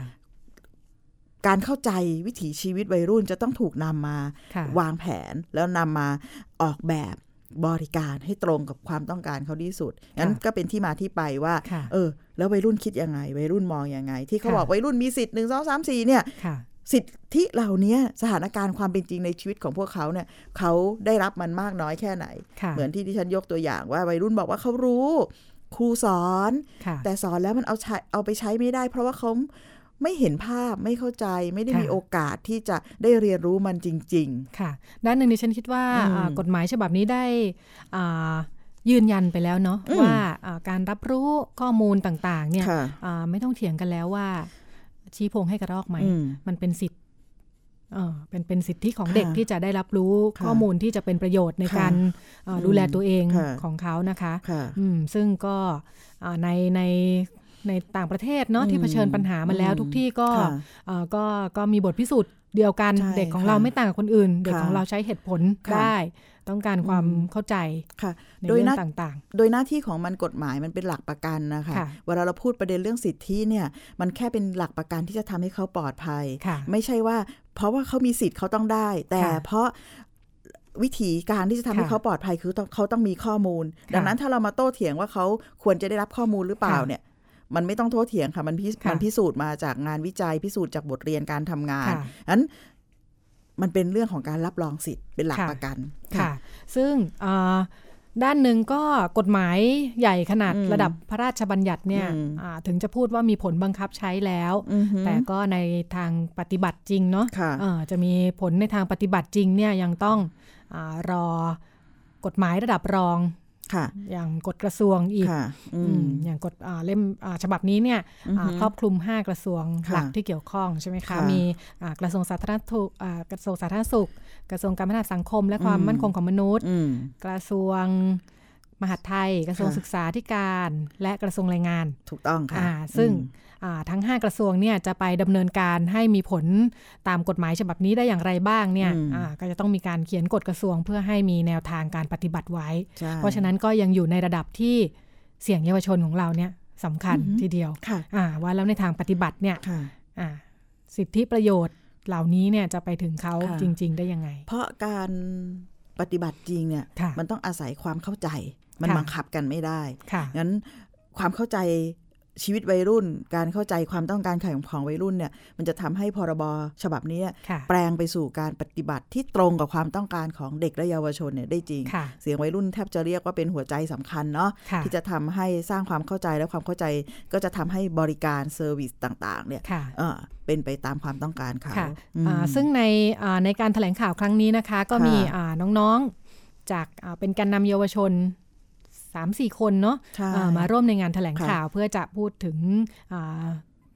การเข้าใจวิถีชีวิตวัยรุ่นจะต้องถูกนำมาวางแผนแล้วนำมาออกแบบบริการให้ตรงกับความต้องการเขาที่สุดงั้นก็เป็นที่มาที่ไปว่าเออแล้ววัยรุ่นคิดยังไงวัยรุ่นมองยังไงที่เขาบอกวัยรุ่นมีสิทธิ์หนึ่งสองสามสี่เนี่ยสิทธิเหล่านี้สถานการณ์ความเป็นจริงในชีวิตของพวกเขาเนี่ยเขาได้รับมันมากน้อยแค่ไหนเหมือนที่ดิฉันยกตัวอย่างว่าวัยรุ่นบอกว่าเขารู้ครูสอนแต่สอนแล้วมันเอาใช้เอาไปใช้ไม่ได้เพราะว่าเขาไม่เห็นภาพไม่เข้าใจไม่ได้มีโอกาสที่จะได้เรียนรู้มันจริงๆค่ะด้านหนึ่งดิฉันคิดว่ากฎหมายฉบับนี้ได้ยืนยันไปแล้วเนาะว่าการรับรู้ข้อมูลต่างๆเนี่ยไม่ต้องเถียงกันแล้วว่าชี้โพงให้กระรอกไหมมันเป็นสิทธิ์เออเป็นเป็นสิทธิของเด็กที่จะได้รับรู้ข้อมูลที่จะเป็นประโยชน์ในการดูแลตัวเองของเขานะคะซึ่งก็ในในในต่างประเทศเนาะที่เผชิญปัญหามาแล้วทุกที่ก็ก็ก็มีบทพิสูจน์เดียวกันเด็กของเราไม่ต่างกับคนอื่นเด็กของเราใช้เหตุผลได้ต้องการความเข้าใจในเรื่องต่างๆโดยหน้าที่ของมันกฎหมายมันเป็นหลักประกันนะคะเวลาเราพูดประเด็นเรื่องสิทธิเนี่ยมันแค่เป็นหลักประกันที่จะทำให้เขาปลอดภัยไม่ใช่ว่าเพราะว่าเขามีสิทธิ์เขาต้องได้แต่เพราะวิธีการที่จะทำให้เขาปลอดภัยคือเขาต้องมีข้อมูลดังนั้นถ้าเรามาโต้เถียงว่าเขาควรจะได้รับข้อมูลหรือเปล่าเนี่ยมันไม่ต้องโต้เถียงค่ะมันมันพิสูจน์มาจากงานวิจัยพิสูจน์จากบทเรียนการทำงานนั้นมันเป็นเรื่องของการรับรองสิทธิ์เป็นหลักประกันค่ะซึ่งด้านหนึ่งก็กฎหมายใหญ่ขนาดระดับพระราชบัญญัติเนี่ยถึงจะพูดว่ามีผลบังคับใช้แล้วแต่ก็ในทางปฏิบัติจริงเนาะจะมีผลในทางปฏิบัติจริงเนี่ยยังต้องรอกฎหมายระดับรองอย่างกฎกระทรวงอีกอย่างกฎเล่มฉบับนี้เนี่ยครอบคลุมห้ากระทรวงหลักที่เกี่ยวข้องใช่ไหมคะมีกระทรวงสาธารณสุขกระทรวงสาธารณสุขกระทรวงการพัฒนาสังคมและความมั่นคงของมนุษย์กระทรวงมหาดไทยกระทรวงศึกษาธิการและกระทรวงแรงงานถูกต้องค่ะซึ่งทั้งห้ากระทรวงเนี่ยจะไปดำเนินการให้มีผลตามกฎหมายฉบับนี้ได้อย่างไรบ้างเนี่ยก็จะต้องมีการเขียนกฎกระทรวงเพื่อให้มีแนวทางการปฏิบัติไว้เพราะฉะนั้นก็ยังอยู่ในระดับที่เสี่ยงเยาวชนของเราเนี่ยสำคัญทีเดียวว่าแล้วในทางปฏิบัติเนี่ยสิทธิประโยชน์เหล่านี้เนี่ยจะไปถึงเขาจริงๆได้ยังไงเพราะการปฏิบัติจริงเนี่ยมันต้องอาศัยความเข้าใจมันบังคับกันไม่ได้งั้นความเข้าใจชีวิตวัยรุ่นการเข้าใจความต้องการของวัยรุ่นเนี่ยมันจะทำให้พรบฉบับนี้แปลงไปสู่การปฏิบัติที่ตรงกับความต้องการของเด็กและเยาวชนเนี่ยได้จริงเสียงวัยรุ่นแทบจะเรียกว่าเป็นหัวใจสำคัญเนาะที่จะทำให้สร้างความเข้าใจและความเข้าใจก็จะทำให้บริการเซอร์วิสต่างๆเนี่ยเป็นไปตามความต้องการเขาซึ่งในในการแถลงข่าวครั้งนี้นะคะก็มีน้องๆจากเป็นแกนนำเยาวชนสามสี่ คนเนาะมาร่วมในงานแถลงข่าวเพื่อจะพูดถึง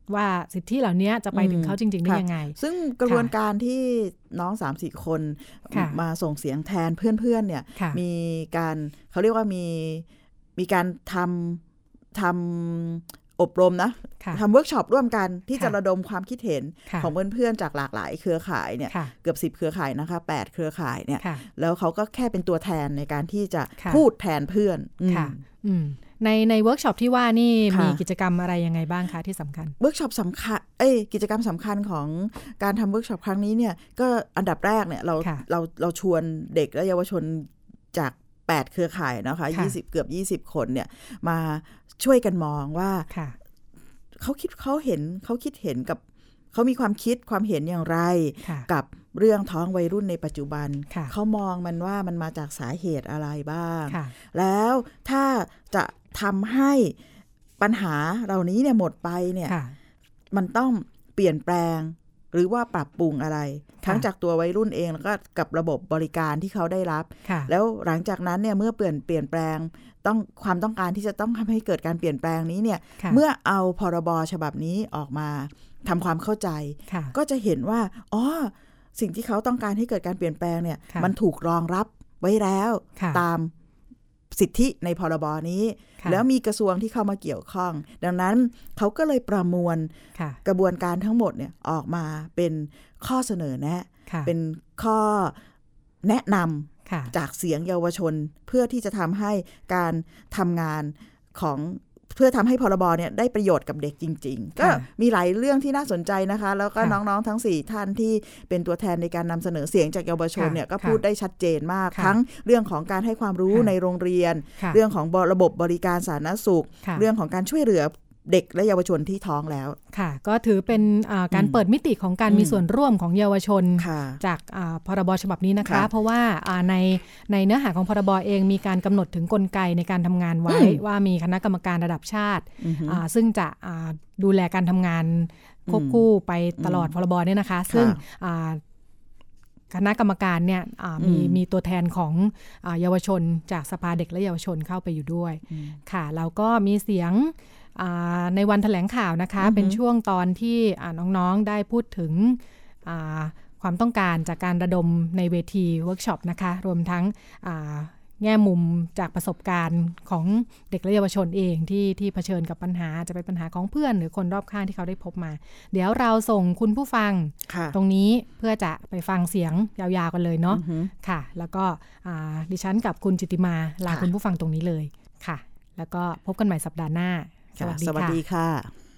ว่าสิทธิเหล่านี้จะไปถึงเขาจริงๆได้ยังไงซึ่งกระบวนการที่น้อง สามสี่ คนมาส่งเสียงแทนเพื่อนๆเนี่ยมีการเขาเรียกว่ามีมีการทำทำอบรมนะทำเวิร์กช็อปร่วมกันที่จะระดมความคิดเห็นของเพื่อนๆจากหลากหลายเครือข่ายเนี่ยเกือบสิบเครือข่ายนะคะแปดเครือข่ายเนี่ยแล้วเขาก็แค่เป็นตัวแทนในการที่จะพูดแทนเพื่อนค่ะในในเวิร์กช็อปที่ว่านี่มีกิจกรรมอะไรยังไงบ้างคะที่สำคัญเวิร์กช็อปสำคัญเอ้ยกิจกรรมสำคัญของการทำเวิร์กช็อปครั้งนี้เนี่ยก็อันดับแรกเนี่ยเราเราเราชวนเด็กและเยาวชนจากแปดเครือข่ายนะคะยี่สิบเกือบยี่สิบคนเนี่ยมาช่วยกันมองว่าเขาคิดเขาเห็นเขาคิดเห็นกับเขามีความคิดความเห็นอย่างไรกับเรื่องท้องวัยรุ่นในปัจจุบันเขามองมันว่ามันมาจากสาเหตุอะไรบ้างแล้วถ้าจะทำให้ปัญหาเหล่านี้เนี่ยหมดไปเนี่ยมันต้องเปลี่ยนแปลงหรือว่าปรับปรุงอะไรทั้งจากตัววัยรุ่นเองแล้วก็กับระบบบริการที่เขาได้รับแล้วหลังจากนั้นเนี่ยเมื่อเปลี่ยนเปลี่ยนแปลงต้องความต้องการที่จะต้องทำให้เกิดการเปลี่ยนแปลงนี้เนี่ยเมื่อเอาพรบฉบับนี้ออกมาทำความเข้าใจก็จะเห็นว่าอ๋อสิ่งที่เขาต้องการให้เกิดการเปลี่ยนแปลงเนี่ยมันถูกรองรับไว้แล้วตามสิทธิในพรบนี้แล้วมีกระทรวงที่เข้ามาเกี่ยวข้องดังนั้นเขาก็เลยประมวลกระบวนการทั้งหมดเนี่ยออกมาเป็นข้อเสนอแนะเป็นข้อแนะนำจากเสียงเยาวชนเพื่อที่จะทำให้การทำงานของเพื่อทำให้พรบเนี่ยได้ประโยชน์กับเด็กจริงๆก็มีหลายเรื่องที่น่าสนใจนะคะแล้วก็น้องๆทั้งสี่ท่านที่เป็นตัวแทนในการนำเสนอเสียงจากเยาวชนเนี่ยก็พูดได้ชัดเจนมากทั้งเรื่องของการให้ความรู้ในโรงเรียนเรื่องของระบบบริการสาธารณสุขเรื่องของการช่วยเหลือเด็กและเยาวชนที่ท้องแล้วค่ะก็ถือเป็นการเปิดมิติของการมีส่วนร่วมของเยาวชนจากพรบฉบับนี้นะคะเพราะว่าในในเนื้อหาของพรบเองมีการกำหนดถึงกลไกในการทำงานไว้ว่ามีคณะกรรมการระดับชาติซึ่งจะดูแลการทำงานควบคู่ไปตลอดพรบเนี่ยนะคะซึ่งคณะกรรมการเนี่ยมีมีตัวแทนของเยาวชนจากสภาเด็กและเยาวชนเข้าไปอยู่ด้วยค่ะแล้วก็มีเสียงในวันแถลงข่าวนะคะเป็นช่วงตอนที่น้องๆได้พูดถึงความต้องการจากการระดมในเวทีเวิร์กช็อปนะคะรวมทั้งแง่มุมจากประสบการณ์ของเด็กและเยาวชนเองที่ที่เผชิญกับปัญหาจะเป็นปัญหาของเพื่อนหรือคนรอบข้างที่เขาได้พบมาเดี๋ยวเราส่งคุณผู้ฟังตรงนี้เพื่อจะไปฟังเสียงยาวๆกันเลยเนาะค่ะแล้วก็ดิฉันกับคุณจิตติมาลาคุณผู้ฟังตรงนี้เลยค่ะแล้วก็พบกันใหม่สัปดาห์หน้าสวัสดีค่ะสวัสดีค่ะ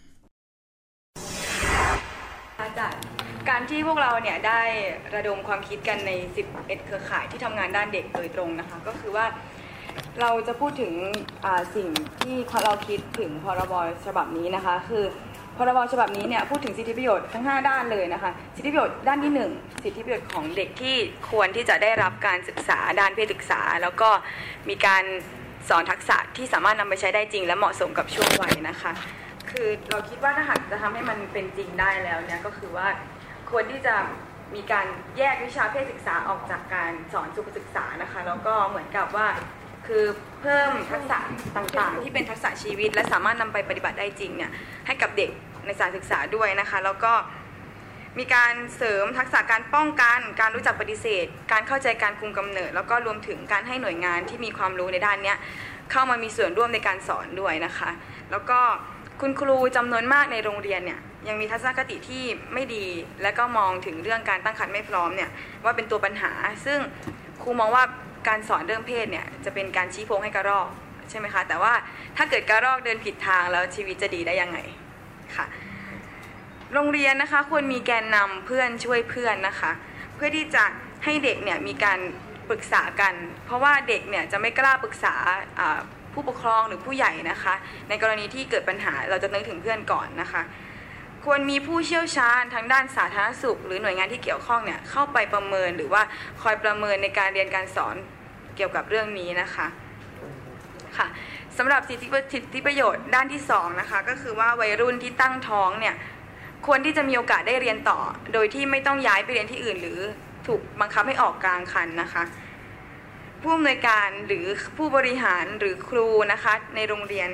จากการที่พวกเราเนี่ยได้ระดมความคิดกันในสิบเอ็ดเครือข่ายที่ทำงานด้านเด็กโดยตรงนะคะก็คือว่าเราจะพูดถึงสิ่งที่เราคิดถึงพรบฉบับนี้นะคะคือพรบฉบับนี้เนี่ยพูดถึงสิทธิประโยชน์ทั้งห้าด้านเลยนะคะสิทธิประโยชน์ด้านที่หนึ่งสิทธิประโยชน์ของเด็กที่ควรที่จะได้รับการศึกษาด้านเพศศึกษาแล้วก็มีการสอนทักษะที่สามารถนำไปใช้ได้จริงและเหมาะสมกับช่วงวัยนะคะคือเราคิดว่าถ้าหากจะทำให้มันเป็นจริงได้แล้วเนี่ยก็คือว่าควรที่จะมีการแยกวิชาเพศศึกษาออกจากการสอนสุขศึกษานะคะแล้วก็เหมือนกับว่าคือเพิ่มทักษะต่างๆที่เป็นทักษะชีวิตและสามารถนำไปปฏิบัติได้จริงเนี่ยให้กับเด็กในสถานศึกษาด้วยนะคะแล้วก็มีการเสริมทักษะการป้องกันการรู้จักปฏิเสธการเข้าใจการคุมกำเนิดแล้วก็รวมถึงการให้หน่วยงานที่มีความรู้ในด้านนี้เข้ามามีส่วนร่วมในการสอนด้วยนะคะแล้วก็คุณครูจำนวนมากในโรงเรียนเนี่ยยังมีทัศนคติที่ไม่ดีและก็มองถึงเรื่องการตั้งครรภ์ไม่พร้อมเนี่ยว่าเป็นตัวปัญหาซึ่งครูมองว่าการสอนเรื่องเพศเนี่ยจะเป็นการชี้โพงให้กระรอกใช่ไหมคะแต่ว่าถ้าเกิดกระรอกเดินผิดทางแล้วชีวิตจะดีได้ยังไงค่ะโรงเรียนนะคะควรมีแกนนำเพื่อนช่วยเพื่อนนะคะเพื่อที่จะให้เด็กเนี่ยมีการปรึกษากันเพราะว่าเด็กเนี่ยจะไม่กล้าปรึกษาผู้ปกครองหรือผู้ใหญ่นะคะในกรณีที่เกิดปัญหาเราจะนึกถึงเพื่อนก่อนนะคะควรมีผู้เชี่ยวชาญทางด้านสาธารณสุขหรือหน่วยงานที่เกี่ยวข้องเนี่ยเข้าไปประเมินหรือว่าคอยประเมินในการเรียนการสอนเกี่ยวกับเรื่องนี้นะคะค่ะสำหรับสิทธิประโยชน์ด้านที่สองนะคะก็คือว่าวัยรุ่นที่ตั้งท้องเนี่ยควรที่จะมีโอกาสได้เรียนต่อโดยที่ไม่ต้องย้ายไปเรียนที่อื่นหรือถูกบังคับให้ออกกลางคันนะคะผู้อำนวยการหรือผู้บริหารหรือครูนะคะในโรงเรียน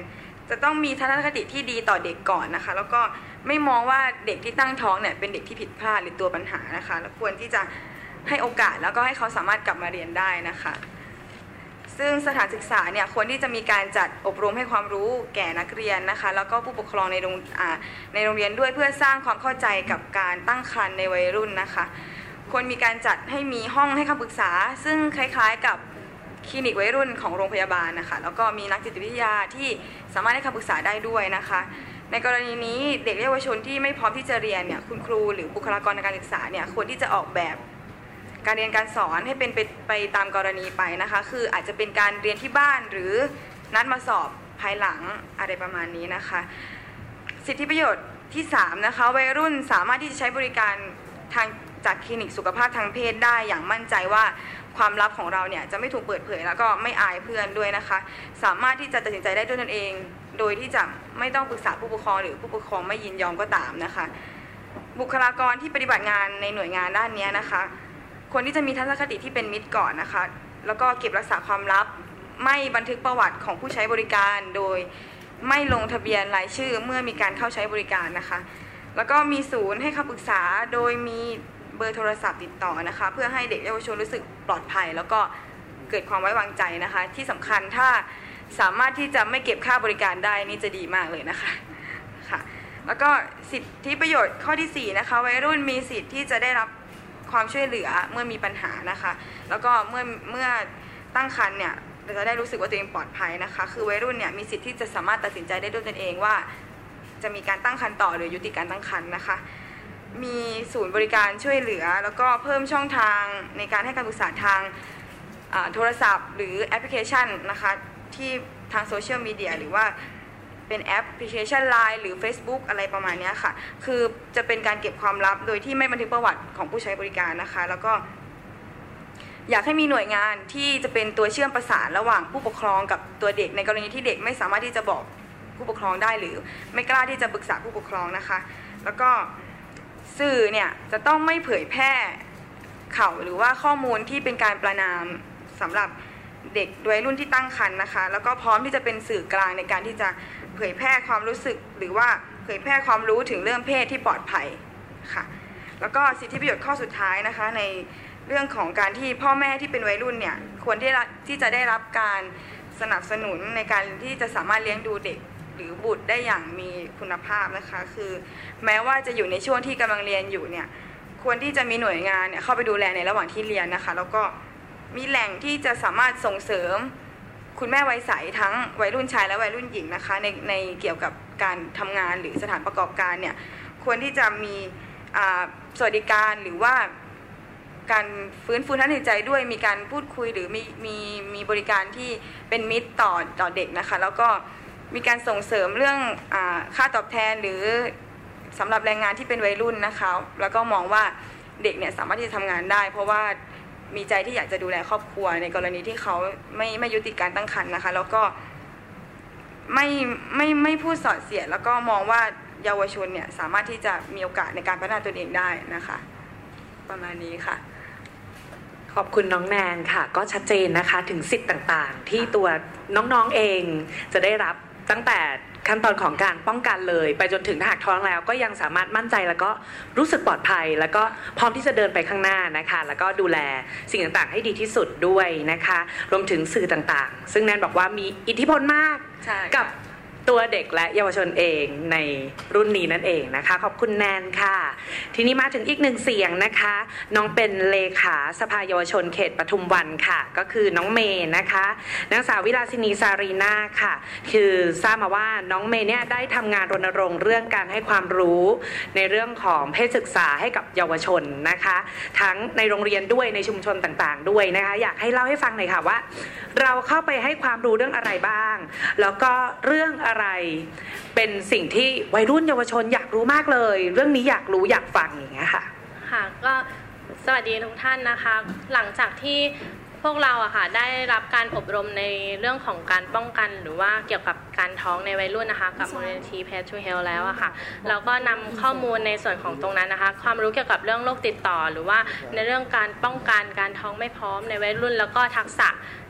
จะต้องมีทัศนคติที่ดีต่อเด็กก่อนนะคะแล้วก็ไม่มองว่าเด็กที่ตั้งท้องเนี่ยเป็นเด็กที่ผิดพลาดหรือตัวปัญหานะคะแล้วควรที่จะให้โอกาสแล้วก็ให้เขาสามารถกลับมาเรียนได้นะคะซึ่งสถานศึกษาเนี่ยควรที่จะมีการจัดอบรมให้ความรู้แก่นักเรียนนะคะแล้วก็ผู้ปกครองในโรงอ่าในโรงเรียนด้วยเพื่อสร้างความเข้าใจกับการตั้งครรภ์ในวัยรุ่นนะคะควรมีการจัดให้มีห้องให้คำปรึกษาซึ่งคล้ายๆกับคลินิกวัยรุ่นของโรงพยาบาลนะคะแล้วก็มีนักจิตวิทยาที่สามารถให้คำปรึกษาได้ด้วยนะคะในกรณีนี้เด็กเยาวชนที่ไม่พร้อมที่จะเรียนเนี่ยคุณครูหรือบุคลากรทางการศึกษาเนี่ยควรที่จะออกแบบการเรียนการสอนให้เป็นไปไปตามกรณีไปนะคะคืออาจจะเป็นการเรียนที่บ้านหรือนัดมาสอบภายหลังอะไรประมาณนี้นะคะสิทธิประโยชน์ที่สามนะคะวัยรุ่นสามารถที่จะใช้บริการทางจากคลินิกสุขภาพทางเพศได้อย่างมั่นใจว่าความลับของเราเนี่ยจะไม่ถูกเปิดเผยแล้วก็ไม่อายเพื่อนด้วยนะคะสามารถที่จะตัดสินใจได้ด้วยตนเองโดยที่จะไม่ต้องปรึกษาผู้ปกครองหรือผู้ปกครองไม่ยินยอมก็ตามนะคะบุคลากรที่ปฏิบัติงานในหน่วยงานด้านนี้นะคะควรที่จะมีทัศนคติที่เป็นมิตรก่อนนะคะแล้วก็เก็บรักษาความลับไม่บันทึกประวัติของผู้ใช้บริการโดยไม่ลงทะเบียนรายชื่อเมื่อมีการเข้าใช้บริการนะคะแล้วก็มีศูนย์ให้คำปรึกษาโดยมีเบอร์โทรศัพท์ติดต่อนะคะเพื่อให้เด็กเยาวชนรู้สึกปลอดภัยแล้วก็เกิดความไว้วางใจนะคะที่สำคัญถ้าสามารถที่จะไม่เก็บค่าบริการได้นี่จะดีมากเลยนะคะค่ะแล้วก็สิทธิประโยชน์ข้อที่สี่นะคะวัยรุ่นมีสิทธิ์ที่จะได้รับความช่วยเหลือเมื่อมีปัญหานะคะแล้วก็เมื่อเมื่อตั้งครรภ์เนี่ยจะได้รู้สึกว่าตัวเองปลอดภัยนะคะคือวัยรุ่นเนี่ยมีสิทธิ์ที่จะสามารถตัดสินใจได้ด้วยตนเองว่าจะมีการตั้งครรภ์ต่อหรือยุติการตั้งครรภ์นะคะมีศูนย์บริการช่วยเหลือแล้วก็เพิ่มช่องทางในการให้การปรึกษาทางโทรศัพท์หรือแอปพลิเคชันนะคะที่ทางโซเชียลมีเดียหรือว่าเป็นแอปพลิเคชัน ไลน์ หรือ Facebook อะไรประมาณนี้ค่ะคือจะเป็นการเก็บความลับโดยที่ไม่บันทึกประวัติของผู้ใช้บริการนะคะแล้วก็อยากให้มีหน่วยงานที่จะเป็นตัวเชื่อมประสานระหว่างผู้ปกครองกับตัวเด็กในกรณีที่เด็กไม่สามารถที่จะบอกผู้ปกครองได้หรือไม่กล้าที่จะปรึกษาผู้ปกครองนะคะแล้วก็สื่อเนี่ยจะต้องไม่เผยแพร่ข่าวหรือว่าข้อมูลที่เป็นการประณามสำหรับเด็กวัยรุ่นที่ตั้งครรภ์นะคะแล้วก็พร้อมที่จะเป็นสื่อกลางในการที่จะเผยแพร่ความรู้สึกหรือว่าเผยแพร่ความรู้ถึงเรื่องเพศที่ปลอดภัยค่ะแล้วก็สิทธิประโยชน์ข้อสุดท้ายนะคะในเรื่องของการที่พ่อแม่ที่เป็นวัยรุ่นเนี่ยควรที่ที่จะได้รับการสนับสนุนในการที่จะสามารถเลี้ยงดูเด็กหรือบุตรได้อย่างมีคุณภาพนะคะคือแม้ว่าจะอยู่ในช่วงที่กำลังเรียนอยู่เนี่ยควรที่จะมีหน่วยงานเนี่ยเข้าไปดูแลในระหว่างที่เรียนนะคะแล้วก็มีแหล่งที่จะสามารถส่งเสริมคุณแม่วัยใสทั้งวัยรุ่นชายและวัยรุ่นหญิงนะคะในในเกี่ยวกับการทำงานหรือสถานประกอบการเนี่ยควรที่จะมีสวัสดิการหรือว่าการฟื้นฟูทางจิตใจด้วยมีการพูดคุยหรือมีมีมีบริการที่เป็นมิตรต่อต่อเด็กนะคะแล้วก็มีการส่งเสริมเรื่องอ่าค่าตอบแทนหรือสำหรับแรงงานที่เป็นวัยรุ่นนะคะแล้วก็มองว่าเด็กเนี่ยสามารถที่จะทำงานได้เพราะว่ามีใจที่อยากจะดูแลครอบครัวในกรณีที่เขาไม่ไม่ยุติการตั้งครรภ์นะคะแล้วก็ไม่ไม่ไม่พูดส่อเสียดแล้วก็มองว่าเยาวชนเนี่ยสามารถที่จะมีโอกาสในการพัฒนาตนเองได้นะคะประมาณนี้ค่ะขอบคุณน้องแนนค่ะก็ชัดเจนนะคะถึงสิทธิ์ต่างๆที่ตัวน้องๆเองจะได้รับตั้งแต่ขั้นตอนของการป้องกันเลยไปจนถึงถ้าหากท้องแล้วก็ยังสามารถมั่นใจแล้วก็รู้สึกปลอดภัยแล้วก็พร้อมที่จะเดินไปข้างหน้านะคะแล้วก็ดูแลสิ่งต่างๆให้ดีที่สุดด้วยนะคะรวมถึงสื่อต่างๆซึ่งแนนบอกว่ามีอิทธิพลมากกับตัวเด็กและเยาวชนเองในรุ่นนี้นั่นเองนะคะขอบคุณแนนค่ะทีนี้มาถึงอีกหนึ่งเสียงนะคะน้องเป็นเลขาสภาเยาวชนเขตปทุมวันค่ะก็คือน้องเมย์นะคะนางสาววิลาสินีซารีนาค่ะคือทราบมาว่าน้องเมย์เนี่ยได้ทำงานรณรงค์เรื่องการให้ความรู้ในเรื่องของเพศศึกษาให้กับเยาวชนนะคะทั้งในโรงเรียนด้วยในชุมชนต่างๆด้วยนะคะอยากให้เล่าให้ฟังหน่อยค่ะว่าเราเข้าไปให้ความรู้เรื่องอะไรบ้างแล้วก็เรื่องอะไรเป็นสิ่งที่วัยรุ่นเยาวชนอยากรู้มากเลยเรื่องนี้อยากรู้อยากฟังอย่างเงี้ยค่ะค่ะก็สวัสดีทุกท่านนะคะหลังจากที่พวกเราอะค่ะได้รับการอบรมในเรื่องของการป้องกันหรือว่าเกี่ยวกับการท้องในวัยรุ่นนะคะกับมูลนิธิ Path to Health แล้วอะค่ะเราก็นำข้อมูลในส่วนของตรงนั้นนะคะความรู้เกี่ยวกับเรื่องโรคติดต่อหรือว่าในเรื่องการป้องกันการท้องไม่พร้อมในวัยรุ่นแล้วก็ทักษะ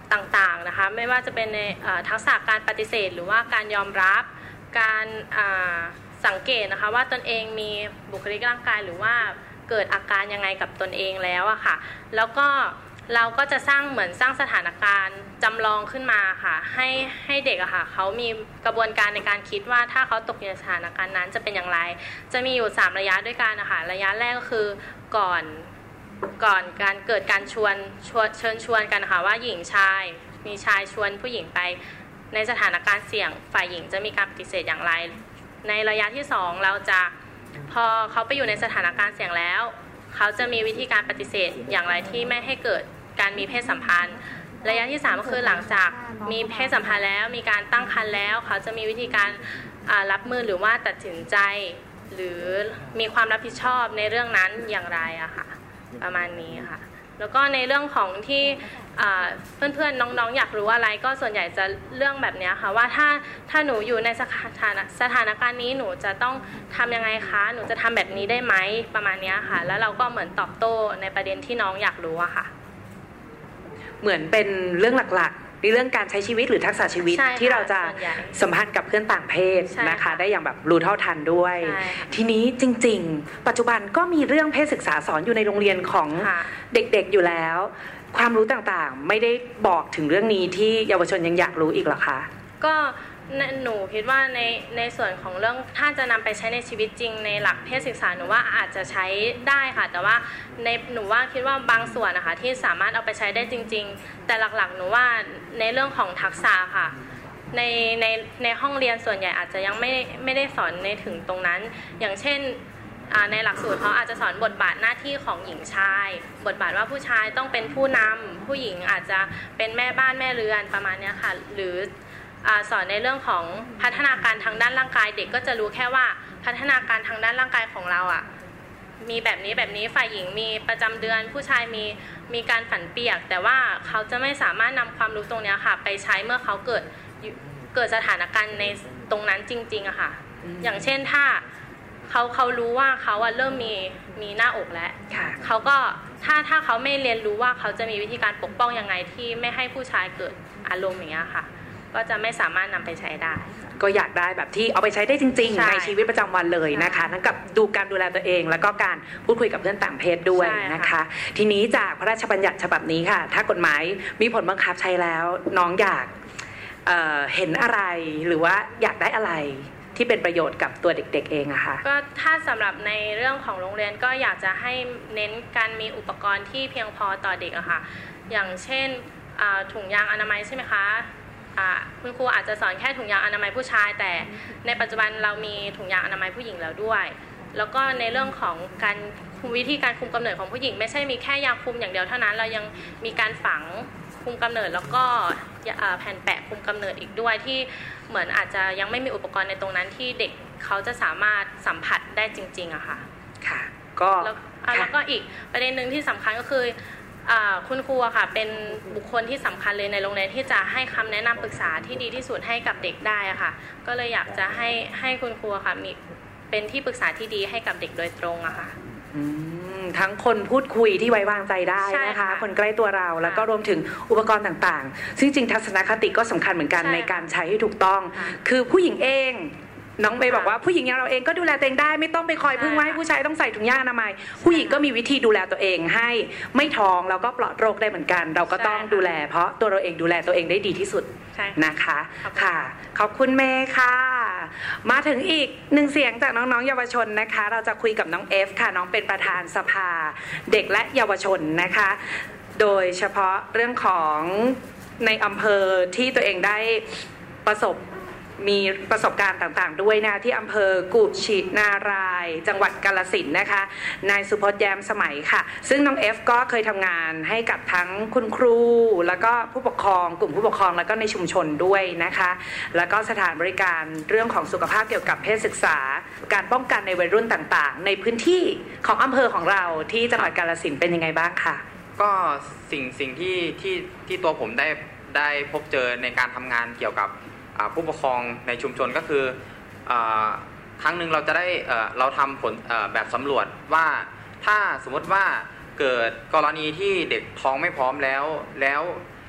ต่างๆนะคะไม่ว่าจะเป็นในทักษะการปฏิเสธหรือว่าการยอมรับการสังเกตนะคะว่าตนเองมีบุคลิกร่างกายหรือว่าเกิดอาการยังไงกับตนเองแล้วอะค่ะแล้วก็เราก็จะสร้างเหมือนสร้างสถานการณ์จำลองขึ้นมาค่ะให้ให้เด็กอะค่ะเขามีกระบวนการในการคิดว่าถ้าเขาตกอยู่ในสถานการณ์นั้นจะเป็นอย่างไรจะมีอยู่สามระยะด้วยกันนะคะระยะแรกก็คือก่อนก่อนการเกิดการชวนชวนเชิญชวนกันค่ะว่าหญิงชายมีชายชวนผู้หญิงไปในสถานการณ์เสี่ยงฝ่ายหญิงจะมีการปฏิเสธอย่างไรในระยะที่สองเราจะพอเขาไปอยู่ในสถานการณ์เสี่ยงแล้วเขาจะมีวิธีการปฏิเสธอย่างไรที่ไม่ให้เกิดการมีเพศสัมพันธ์ระยะที่สามก็คือหลังจากมีเพศสัมพันธ์แล้วมีการตั้งครรภ์แล้วเขาจะมีวิธีการรับมือหรือว่าตัดสินใจหรือมีความรับผิดชอบในเรื่องนั้นอย่างไรอะค่ะประมาณนี้ค่ะแล้วก็ในเรื่องของที่เพื่อนๆน้องๆอยากรู้อะไรก็ส่วนใหญ่จะเรื่องแบบนี้ค่ะว่าถ้าถ้าหนูอยู่ในสถานสถานการณ์นี้หนูจะต้องทำยังไงคะหนูจะทำแบบนี้ได้ไหมประมาณนี้ค่ะแล้วเราก็เหมือนตอบโต้ในประเด็นที่น้องอยากรู้อะค่ะเหมือนเป็นเรื่องหลักๆในเรื่องการใช้ชีวิตหรือทักษะชีวิตที่เราจะสัมพันธ์กับเพื่อนต่างเพศนะคะได้อย่างแบบรู้เท่าทันด้วยทีนี้จริงๆปัจจุบันก็มีเรื่องเพศศึกษาสอนอยู่ในโรงเรียนของเด็กๆอยู่แล้วความรู้ต่างๆไม่ได้บอกถึงเรื่องนี้ที่เยาวชนยังอยากรู้อีกหรอคะก็หนูคิดว่าในในส่วนของเรื่องถ้าจะนำไปใช้ในชีวิตจริงในหลักเพศศึกษาหนูว่าอาจจะใช้ได้ค่ะแต่ว่าในหนูว่าคิดว่าบางส่วนนะคะที่สามารถเอาไปใช้ได้จริงๆแต่หลักๆหนูว่าในเรื่องของทักษะค่ะในในในห้องเรียนส่วนใหญ่อาจจะยังไม่ไม่ได้สอนในถึงตรงนั้นอย่างเช่นในหลักสูตรเขาอาจจะสอนบทบาทหน้าที่ของหญิงชายบทบาทว่าผู้ชายต้องเป็นผู้นำผู้หญิงอาจจะเป็นแม่บ้านแม่เรือนประมาณนี้ค่ะหรือสอนในเรื่องของพัฒนาการทางด้านร่างกายเด็กก็จะรู้แค่ว่าพัฒนาการทางด้านร่างกายของเราอ่ะมีแบบนี้แบบนี้ฝ่ายหญิงมีประจำเดือนผู้ชายมีมีการฝันเปียกแต่ว่าเขาจะไม่สามารถนำความรู้ตรงนี้ค่ะไปใช้เมื่อเขาเกิดเกิดสถานการณ์ในตรงนั้นจริงๆอะค่ะอย่างเช่นถ้าเขาเขารู้ว่าเขาอะเริ่มมีมีหน้าอกแล้วเขาก็ถ้าถ้าเขาไม่เรียนรู้ว่าเขาจะมีวิธีการปกป้องยังไงที่ไม่ให้ผู้ชายเกิดอารมณ์อย่างเงี้ยค่ะก็จะไม่สามารถนำไปใช้ได้ก็อยากได้แบบที่เอาไปใช้ได้จริงๆ ใ, ในชีวิตประจำวันเลยนะคะทั้งกับดูการดูแลตัวเองแล้วก็การพูดคุยกับเพื่อนต่างเพศด้วยนะคะทีนี้จากพระราชบัญญัติฉบับนี้ค่ะถ้ากฎหมายมีผลบังคับใช้แล้วน้องอยาก เอ่อ เห็นอะไรหรือว่าอยากได้อะไรที่เป็นประโยชน์กับตัวเด็กๆเองอะค่ะก็ถ้าสำหรับในเรื่องของโรงเรียนก็อยากจะให้เน้นการมีอุปกรณ์ที่เพียงพอต่อเด็กอะค่ะอย่างเช่นถุงยางอนามัยใช่ไหมคะคุณครูอาจจะสอนแค่ถุงยางอนามัยผู้ชายแต่ในปัจจุบันเรามีถุงยางอนามัยผู้หญิงแล้วด้วยแล้วก็ในเรื่องของการคุมวิธีการคุมกำเนิดของผู้หญิงไม่ใช่มีแค่ยาคุมอย่างเดียวเท่านั้นเรายังมีการฝังคุมกำเนิดแล้วก็แผ่นแปะคุมกำเนิดอีกด้วยที่เหมือนอาจจะยังไม่มีอุปกรณ์ในตรงนั้นที่เด็กเขาจะสามารถสัมผัสได้จริงๆอะค่ะค่ะก็แล้วแล้วก็อีกประเด็นหนึ่งที่สำคัญก็คือคุณครูอะค่ะเป็นบุคคลที่สำคัญเลยในโรงเรียนที่จะให้คำแนะนำปรึกษาที่ดีที่สุดให้กับเด็กได้อะค่ะก็เลยอยากจะให้ให้คุณครูค่ะมีเป็นที่ปรึกษาที่ดีให้กับเด็กโดยตรงอะค่ะทั้งคนพูดคุยที่ไว้วางใจได้นะคะคนใกล้ตัวเราแล้วก็รวมถึงอุปกรณ์ต่างๆซึ่งจริงทัศนคติก็สำคัญเหมือนกันในการใช้ให้ถูกต้องคือผู้หญิงเองน้องเมย์บอกว่าผู้หญิงอย่างเราเองก็ดูแลตัวเองได้ไม่ต้องไปคอยพึ่งว่าให้ผู้ชายต้องใส่ถุงยางอนามัยผู้หญิงก็มีวิธีดูแลตัวเองให้ไม่ท้องแล้วก็ปลอดโรคได้เหมือนกันเราก็ต้องดูแลเพราะตัวเราเองดูแลตัวเองได้ดีที่สุดนะคะค่ะขอบคุณเมย์ค่ะมาถึงอีกหนึ่งเสียงจากน้องๆเยาวชนนะคะเราจะคุยกับน้องเอฟค่ะน้องเป็นประธานสภาเด็กและเยาวชนนะคะโดยเฉพาะเรื่องของในอำเภอที่ตัวเองได้ประสบมีประสบการณ์ต่างๆด้วยนะที่อำเภอกุชินารายจังหวัดกาฬสินธุ์นะคะนายสุพจน์แย้มสมัยค่ะซึ่งน้องเอฟก็เคยทำงานให้กับทั้งคุณครูแล้วก็ผู้ปกครองกลุ่มผู้ปกครองแล้วก็ในชุมชนด้วยนะคะแล้วก็สถานบริการเรื่องของสุขภาพเกี่ยวกับเพศศึกษาการป้องกันในวัยรุ่นต่างๆในพื้นที่ของอำเภอของเราที่จังหวัดกาฬสินธุ์เป็นยังไงบ้างค่ะก็สิ่งสิ่งที่ที่ที่ตัวผมได้ได้พบเจอในการทำงานเกี่ยวกับผู้ปกครองในชุมชนก็คือครั้งหนึ่งเราจะได้เราทำผลแบบสำรวจว่าถ้าสมมติว่าเกิดกรณีที่เด็กท้องไม่พร้อมแล้วแล้ว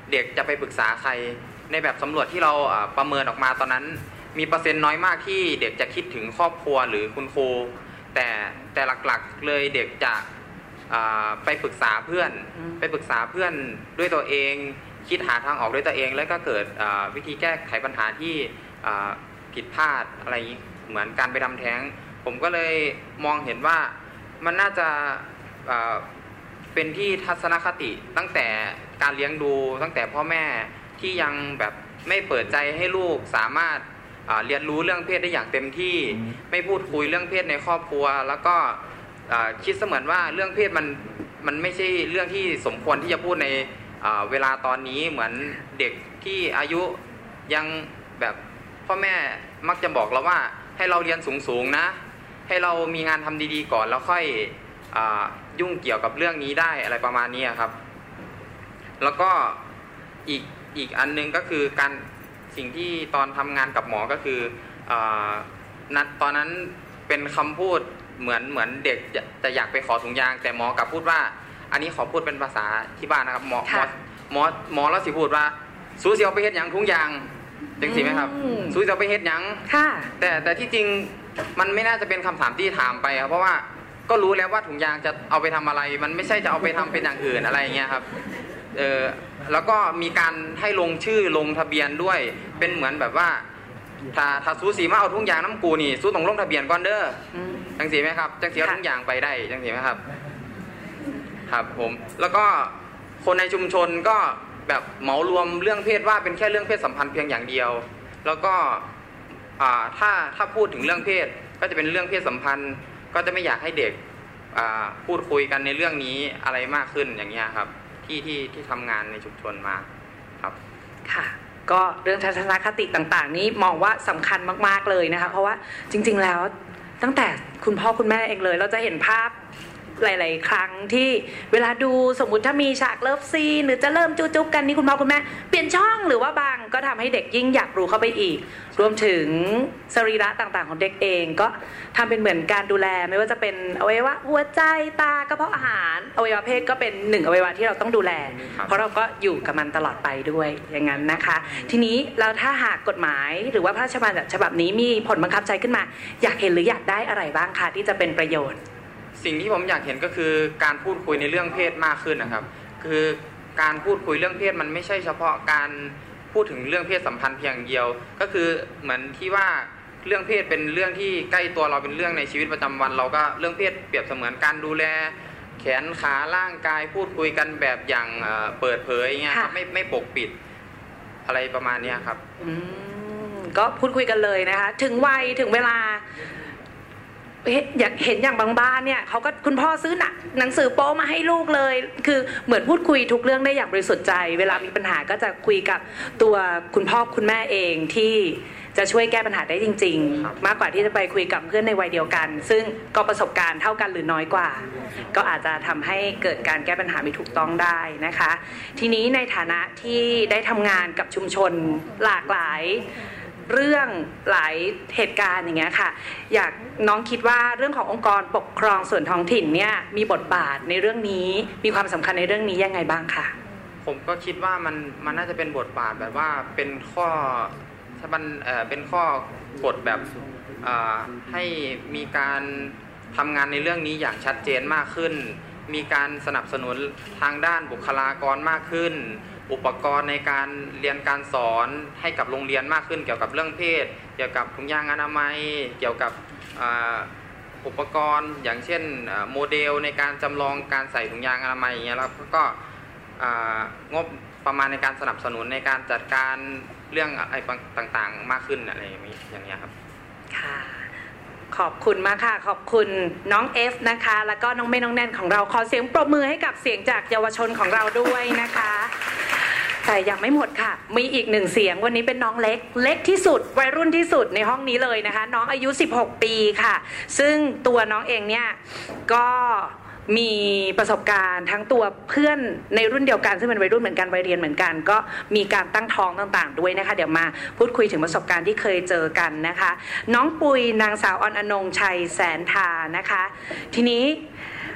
เด็กจะไปปรึกษาใครในแบบสำรวจที่เราประเมินออกมาตอนนั้นมีเปอร์เซ็นต์น้อยมากที่เด็กจะคิดถึงครอบครัวหรือคุณครูแต่แต่หลักๆเลยเด็กจะไปปรึกษาเพื่อนไปปรึกษาเพื่อนด้วยตัวเองคิดหาทางออกด้วยตัวเองแล้วก็เกิดวิธีแก้ไขปัญหาที่ผิดพลาดอะไรเหมือนการไปทำแท้งผมก็เลยมองเห็นว่ามันน่าจะเป็นที่ทัศนคติตั้งแต่การเลี้ยงดูตั้งแต่พ่อแม่ที่ยังแบบไม่เปิดใจให้ลูกสามารถเรียนรู้เรื่องเพศได้อย่างเต็มที่ไม่พูดคุยเรื่องเพศในครอบครัวแล้วก็คิดเสมือนว่าเรื่องเพศมันมันไม่ใช่เรื่องที่สมควรที่จะพูดในเวลาตอนนี้เหมือนเด็กที่อายุยังแบบพ่อแม่มักจะบอกเราว่าให้เราเรียนสูงๆนะให้เรามีงานทำดีๆก่อนแล้วค่อยยุ่งเกี่ยวกับเรื่องนี้ได้อะไรประมาณนี้ครับแล้วก็อีกอีกอันนึงก็คือการสิ่งที่ตอนทำงานกับหมอก็คือนัดตอนนั้นเป็นคำพูดเหมือนเหมือนเด็กจะจะอยากไปขอถุงยางแต่หมอกลับพูดว่าอันนี้ขอพูดเป็นภาษาที่บ้านนะครับหมอหมอหมอแล้วสิพูดว่าสู้เสียวไปเฮ็ดหยังถุงยางจริงสิไหมครับสู้เสียวไปเฮ็ดหยังแต่แต่ที่จริงมันไม่น่าจะเป็นคำถามที่ถามไปครับเพราะว่าก็รู้แล้วว่าถุงยางจะเอาไปทำอะไรมันไม่ใช่จะเอาไปทำเป็นอย่างอื่นอะไรอย่างเงี้ยครับเออแล้วก็มีการให้ลงชื่อลงทะเบียนด้วยเป็นเหมือนแบบว่าถ้าถ้าสู้สีมาเอาถุงยางน้ำกูนี่สู้ต้องลงทะเบียนก่อนเด้อจังสีไหมครับจังสีเอาถุงยางไปได้จังสีไหมครับครับผมแล้วก็คนในชุมชนก็แบบเหมารวมเรื่องเพศว่าเป็นแค่เรื่องเพศสัมพันธ์เพียงอย่างเดียวแล้วก็ถ้าถ้าพูดถึงเรื่องเพศก็จะเป็นเรื่องเพศสัมพันธ์ก็จะไม่อยากให้เด็กพูดคุยกันในเรื่องนี้อะไรมากขึ้นอย่างเงี้ยครับที่ที่ที่ทำงานในชุมชนมาครับค่ะก็เรื่องทัศนคติต่างๆนี้มองว่าสำคัญมากๆเลยนะคะเพราะว่าจริงๆแล้วตั้งแต่คุณพ่อคุณแม่เองเลยเราจะเห็นภาพหลายๆครั้งที่เวลาดูสมมุติถ้ามีฉากเลิฟซีนหรือจะเริ่มจุ๊บๆกันนี่คุณพ่อคุณแม่เปลี่ยนช่องหรือว่าบางก็ทำให้เด็กยิ่งอยากรู้เข้าไปอีกรวมถึงสรีระต่างๆของเด็กเองก็ทำเป็นเหมือนการดูแลไม่ว่าจะเป็นอวัยวะหัวใจตากระเพาะอาหารอวัยวะเพศก็เป็นหนึ่งอวัยวะที่เราต้องดูแลเพราะเราก็อยู่กับมันตลอดไปด้วยอย่างนั้นนะคะทีนี้แล้วถ้าหากกฎหมายหรือว่าพระราชบัญญัติฉบับนี้มีผลบังคับใช้ขึ้นมาอยากเห็นหรืออยากได้อะไรบ้างคะที่จะเป็นประโยชน์สิ่งที่ผมอยากเห็นก็คือการพูดคุยในเรื่องเพศมากขึ้นนะครับคือการพูดคุยเรื่องเพศมันไม่ใช่เฉพาะการพูดถึงเรื่องเพศสัมพันธ์เพียงเดียวก็คือเหมือนที่ว่าเรื่องเพศเป็นเรื่องที่ใกล้ตัวเราเป็นเรื่องในชีวิตประจำวันเราก็เรื่องเพศเปรียบเสมือนการดูแลแขนขาร่างกายพูดคุยกันแบบอย่างเปิดเผยเงี้ยไม่ไม่ปกปิดอะไรประมาณนี้ครับอืมก็พูดคุยกันเลยนะคะถึงวัยถึงเวลาอยากเห็นอย่างบางบ้านเนี่ยเขาก็คุณพ่อซื้อหนังสือโป๊มาให้ลูกเลยคือเหมือนพูดคุยทุกเรื่องได้อย่างบริสุทธิ์ใจเวลามีปัญหาก็จะคุยกับตัวคุณพ่อคุณแม่เองที่จะช่วยแก้ปัญหาได้จริงๆมากกว่าที่จะไปคุยกับเพื่อนในวัยเดียวกันซึ่งก็ประสบการณ์เท่ากันหรือน้อยกว่าก็อาจจะทำให้เกิดการแก้ปัญหาไม่ถูกต้องได้นะคะทีนี้ในฐานะที่ได้ทำงานกับชุมชนหลากหลายเรื่องหลายเหตุการณ์อย่างเงี้ยค่ะอยากน้องคิดว่าเรื่องขององค์กรปกครองส่วนท้องถิ่นเนี่ยมีบทบาทในเรื่องนี้มีความสำคัญในเรื่องนี้ยังไงบ้างคะผมก็คิดว่ามันมันน่าจะเป็นบทบาทแบบว่าเป็นข้อถ้ามันเอ่อเป็นข้อกฎแบบเอ่อให้มีการทำงานในเรื่องนี้อย่างชัดเจนมากขึ้นมีการสนับสนุนทางด้านบุคลากรมากขึ้นอุปกรณ์ในการเรียนการสอนให้กับโรงเรียนมากขึ้นเกี่ยวกับเรื่องเพศเกี่ยวกับถุงยางอนามัยเกี่ยวกับอุปกรณ์อย่างเช่นโมเดลในการจำลองการใส่ถุงยางอนามัยอย่างเงี้ยแล้วก็งบประมาณในการสนับสนุนในการจัดการเรื่องอะไรต่างๆมากขึ้นอะไรอย่างนี้อย่างเงี้ยครับค่ะขอบคุณมากค่ะขอบคุณน้องเอฟนะคะแล้วก็น้องเมย์น้องแนนของเราขอเสียงปรบมือให้กับเสียงจากเยาวชนของเราด้วยนะคะแต่ยังไม่หมดค่ะมีอีกหนึ่งเสียงวันนี้เป็นน้องเล็กเล็กที่สุดวัยรุ่นที่สุดในห้องนี้เลยนะคะน้องอายุสิบหกปีค่ะซึ่งตัวน้องเองเนี่ยก็มีประสบการณ์ทั้งตัวเพื่อนในรุ่นเดียวกันซึ่งเป็นวัยรุ่นเหมือนกันวัยเรียนเหมือนกันก็มีการตั้งท้องต่างๆด้วยนะคะเดี๋ยวมาพูดคุยถึงประสบการณ์ที่เคยเจอกันนะคะน้องปุยนางสาวออนอนงชัยแสนทานะคะทีนี้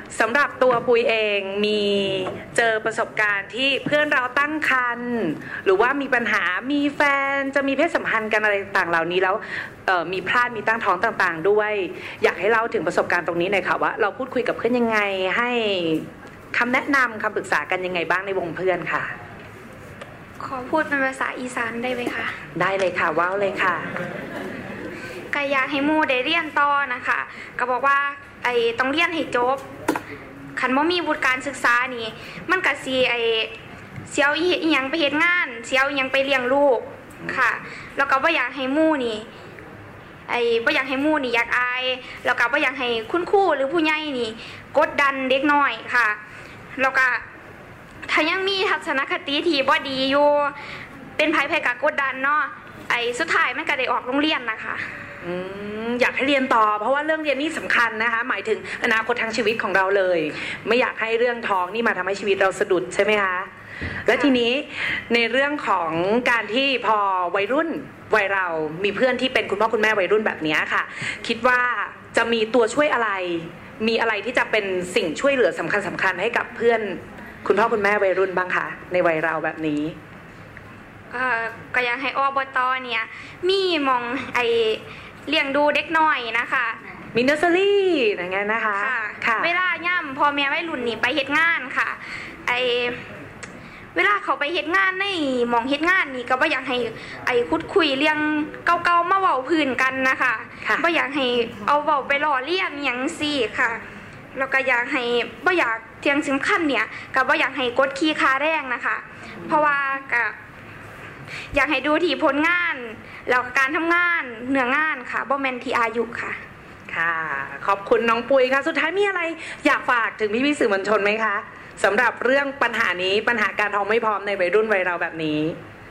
สำหรับตัวปุยเองมีเจอประสบการณ์ที่เพื่อนเราตั้งครรภ์หรือว่ามีปัญหามีแฟนจะมีเพศสัมพันธ์กันอะไรต่างเหล่านี้แล้วมีพลาดมีตั้งท้องต่างๆด้วยอยากให้เล่าถึงประสบการณ์ตรงนี้หน่อยค่ะว่าเราพูดคุยกับเพื่อนยังไงให้คำแนะนำคำปรึกษากันยังไงบ้างในวงเพื่อนค่ะขอพูดเป็นภาษาอีสานได้ไหมคะได้เลยค่ะว้าวเลยค่ะก็อยากให้หมู่ได้เรียนต่อนะคะก็บอกว่าไอ้ต้องเรียนให้จบคันบ่มีวุฒิการศึกษานี่มันก็สิไอ้เสียวอีหยังไปเฮ็ดงานเสียวอีหยังไปเลี้ยงลูกค่ะแล้วก็บ่อยากให้หมู่นี่ไอ้บ่อยากให้หมู่นี่อยากอายแล้วก็บ่อยากให้คุณครูหรือผู้ใหญ่นี่กดดันเด็กน้อยค่ะแล้วก็ถ้ายังมีทัศนคติที่บ่ดีอยู่เป็นไผไผก็กดดันเนาะไอ้สุดท้ายมันก็ได้ออกโรงเรียนนะคะอืมอยากให้เรียนต่อเพราะว่าเรื่องเรียนนี่สำคัญนะคะหมายถึงอนาคตทางชีวิตของเราเลยไม่อยากให้เรื่องท้องนี่มาทำให้ชีวิตเราสะดุดใช่ไหมคะและทีนี้ในเรื่องของการที่พอวัยรุ่นวัยเรามีเพื่อนที่เป็นคุณพ่อคุณแม่วัยรุ่นแบบนี้ค่ะคิดว่าจะมีตัวช่วยอะไรมีอะไรที่จะเป็นสิ่งช่วยเหลือสำคัญสำคัญให้กับเพื่อนคุณพ่อคุณแม่วัยรุ่นบ้างคะในวัยเราแบบนี้ก็อยากให้อบตเนี่ยมีมองไอเลี้ยงดูเด็กน้อยนะคะมีเนอร์เซอรี่อย่างเงี้ยนะคะค่ะเวลาย่ำพอแม่วัยรุ่นนี่ไปเฮ็ดงานค่ะไอเวลาเขาไปเฮ็ดงานในมองเฮ็ดงานนี่ก็บ่อยากให้ไอคุดคุยเรื่องเก่าๆมาเว้าพื้นกันนะคะบ่อยากให้เอาเว้าไปล้อเลียนหยังซี่ค่ะแล้วก็อยากให้บ่อยากเที่ยงสำคัญเนี่ยก็บ่อยากให้กดขี้คาแรงนะคะเพราะว่าก็อยากให้ดูที่ผลงานแล้วก็การทำงานเนื้องานค่ะบ่แม่นที่อายุค่ะค่ะขอบคุณน้องปุยค่ะสุดท้ายมีอะไรอยากฝากถึงพี่ๆสื่อมวลชนไหมคะสำหรับเรื่องปัญหานี้ปัญหาการท้องไม่พร้อมในวัยรุ่นวัยเราแบบนี้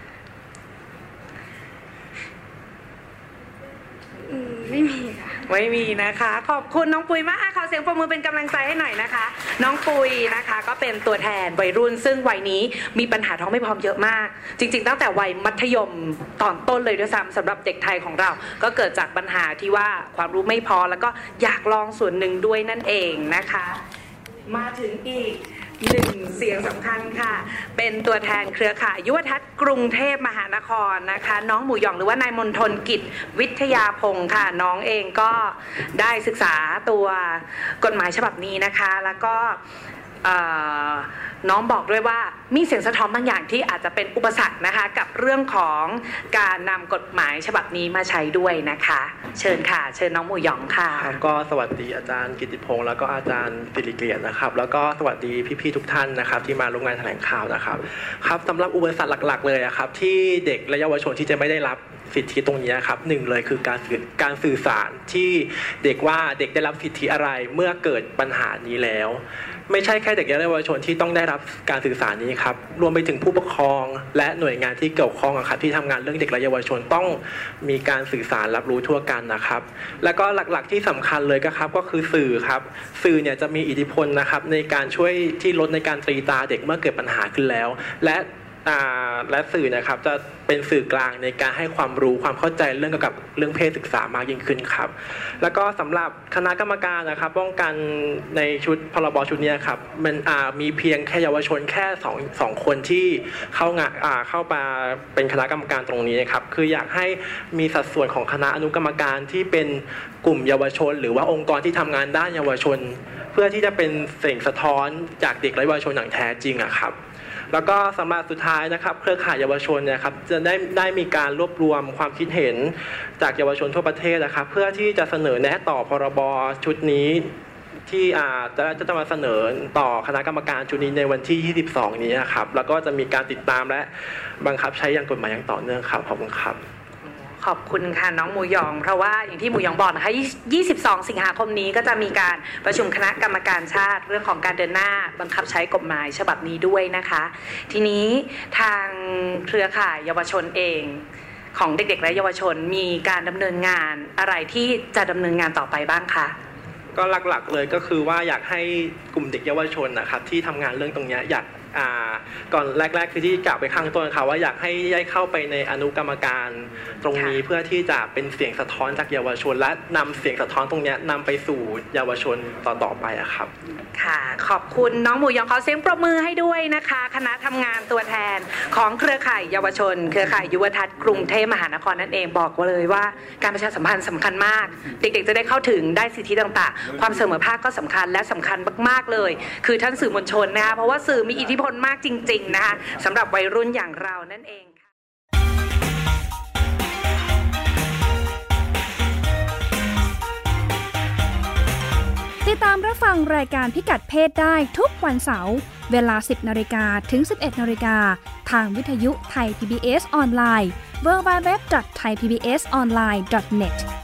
ไม่มีค่ะไม่มีนะคะขอบคุณน้องปุยมากขอเสียงปรบมือเป็นกำลังใจให้หน่อยนะคะน้องปุยนะคะก็เป็นตัวแทนวัยรุ่นซึ่งวัยนี้มีปัญหาท้องไม่พร้อมเยอะมากจริงๆตั้งแต่วัยมัธยมตอนต้นเลยด้วยซ้ำสำหรับเด็กไทยของเราก็เกิดจากปัญหาที่ว่าความรู้ไม่พอแล้วก็อยากลองส่วนหนึ่งด้วยนั่นเองนะคะมาถึงอีกหนึ่งเสียงสำคัญค่ะเป็นตัวแทนเครือข่ายยุวทัศน์กรุงเทพมหานครนะคะน้องหมูหยองหรือว่านายมนทนกิจวิทยาพงศ์ค่ะน้องเองก็ได้ศึกษาตัวกฎหมายฉบับนี้นะคะแล้วก็น้องบอกด้วยว่ามีเสียงสะท้อนบางอย่างที่อาจจะเป็นอุปสรรคนะคะกับเรื่องของการนำกฎหมายฉบับนี้มาใช้ด้วยนะคะเชิญค่ะเชิญน้องหมูหยองค่ะก็สวัสดีอาจารย์กิตติพงศ์แล้วก็อาจารย์สิริเกียรตินะครับแล้วก็สวัสดีพี่ๆทุกท่านนะครับที่มาร่วมงานแถลงข่าวนะครับครับสำหรับอุปสรรคหลักๆเลยครับที่เด็กและเยาวชนที่จะไม่ได้รับสิทธิตรงนี้ครับหนึ่งเลยคือการสื่อการสื่อสารที่เด็กว่าเด็กได้รับสิทธิอะไรเมื่อเกิดปัญหานี้แล้วไม่ใช่แค่เด็กและเยาวชนที่ต้องได้รับการสื่อสารนี้ครับรวมไปถึงผู้ปกครองและหน่วยงานที่เกี่ยวข้องครับที่ทำงานเรื่องเด็กและเยาวชนต้องมีการสื่อสารรับรู้ทั่วกันนะครับแล้วก็หลักๆที่สำคัญเลยก็ครับก็คือสื่อครับสื่อเนี่ยจะมีอิทธิพลนะครับในการช่วยที่ลดในการตรีตาเด็กเมื่อเกิดปัญหาขึ้นแล้วและและสื่อนะครับจะเป็นสื่อกลางในการให้ความรู้ความเข้าใจเรื่องเกี่ยวกับเรื่องเพศศึกษามากยิ่งขึ้นครับแล้วก็สำหรับคณะกรรมการนะครับป้องกันในชุดพรบชุดนี้ครับมันมีเพียงแค่เยาวชนแค่สองสองคนที่เข้างานเข้ามาเป็นคณะกรรมการตรงนี้ครับคืออยากให้มีสัดส่วนของคณะอนุกรรมการที่เป็นกลุ่มเยาวชนหรือว่าองค์กรที่ทำงานด้านเยาวชนเพื่อที่จะเป็นเสียงสะท้อนจากเด็กและเยาวชนอย่างแท้จริงอะครับแล้วก็สำหรับสุดท้ายนะครับเครือข่ายเยาวชนเนี่ยครับจะได้ได้มีการรวบรวมความคิดเห็นจากเยาวชนทั่วประเทศนะครับเพื่อที่จะเสนอแนะต่อพรบชุดนี้ที่อาจจะจะมาเสนอต่อคณะกรรมการชุดนี้ในวันที่ยี่สิบสองนี้นะครับแล้วก็จะมีการติดตามและบังคับใช้อย่างกฎหมายอย่างต่อเนื่องครับขอบคุณครับขอบคุณค่ะน้องหมูหยองเพราะว่าอย่างที่หมูหยองบอกนะคะยี่สิบสองสิงหาคมนี้ก็จะมีการประชุมคณะกรรมการชาติเรื่องของการเดินหน้าบังคับใช้กฎหมายฉบับนี้ด้วยนะคะทีนี้ทางเครือข่ายเยาวชนเองของเด็กๆและเยาวชนมีการดำเนินงานอะไรที่จะดำเนินงานต่อไปบ้างคะก็หลักๆเลยก็คือว่าอยากให้กลุ่มเด็กเยาวชนนะครับที่ทำงานเรื่องตรงนี้อยากก่อนแรกๆคือที่กล่าวไปข้างต้นค่ะว่าอยากให้ได้เข้าไปในอนุกรรมการตรงนี้เพื่อที่จะเป็นเสียงสะท้อนจากเยาวชนและนำเสียงสะท้อนตรงนี้นำไปสู่เยาวชนต่อๆไปอะครับค่ะขอบคุณน้องหมูยองขอเสียงปรบมือให้ด้วยนะคะคณะทำงานตัวแทนของเครือข่ายเยาวชนเครือข่ายยุวทัศน์กรุงเทพมหานครนั่นเองบอกว่าเลยว่าการประชาสัมพันธ์สำคัญมากเด็กๆจะได้เข้าถึงได้สิทธิต่างๆความเสมอภาคก็สำคัญและสำคัญมากๆเลยคือท่านสื่อมวลชนนะคะเพราะว่าสื่อมีอิทธิพลมากจริงๆนะคะสำหรับวัยรุ่นอย่างเรานั่นเองติดตามรับฟังรายการพิกัดเพศได้ทุกวันเสาร์เวลา สิบนาฬิกา ถึง สิบเอ็ดนาฬิกา ทางวิทยุไทย พี บี เอส ออนไลน์ ดับเบิลยู ดับเบิลยู ดับเบิลยู ดอท ไทย พี บี เอส ออนไลน์ ดอท เน็ต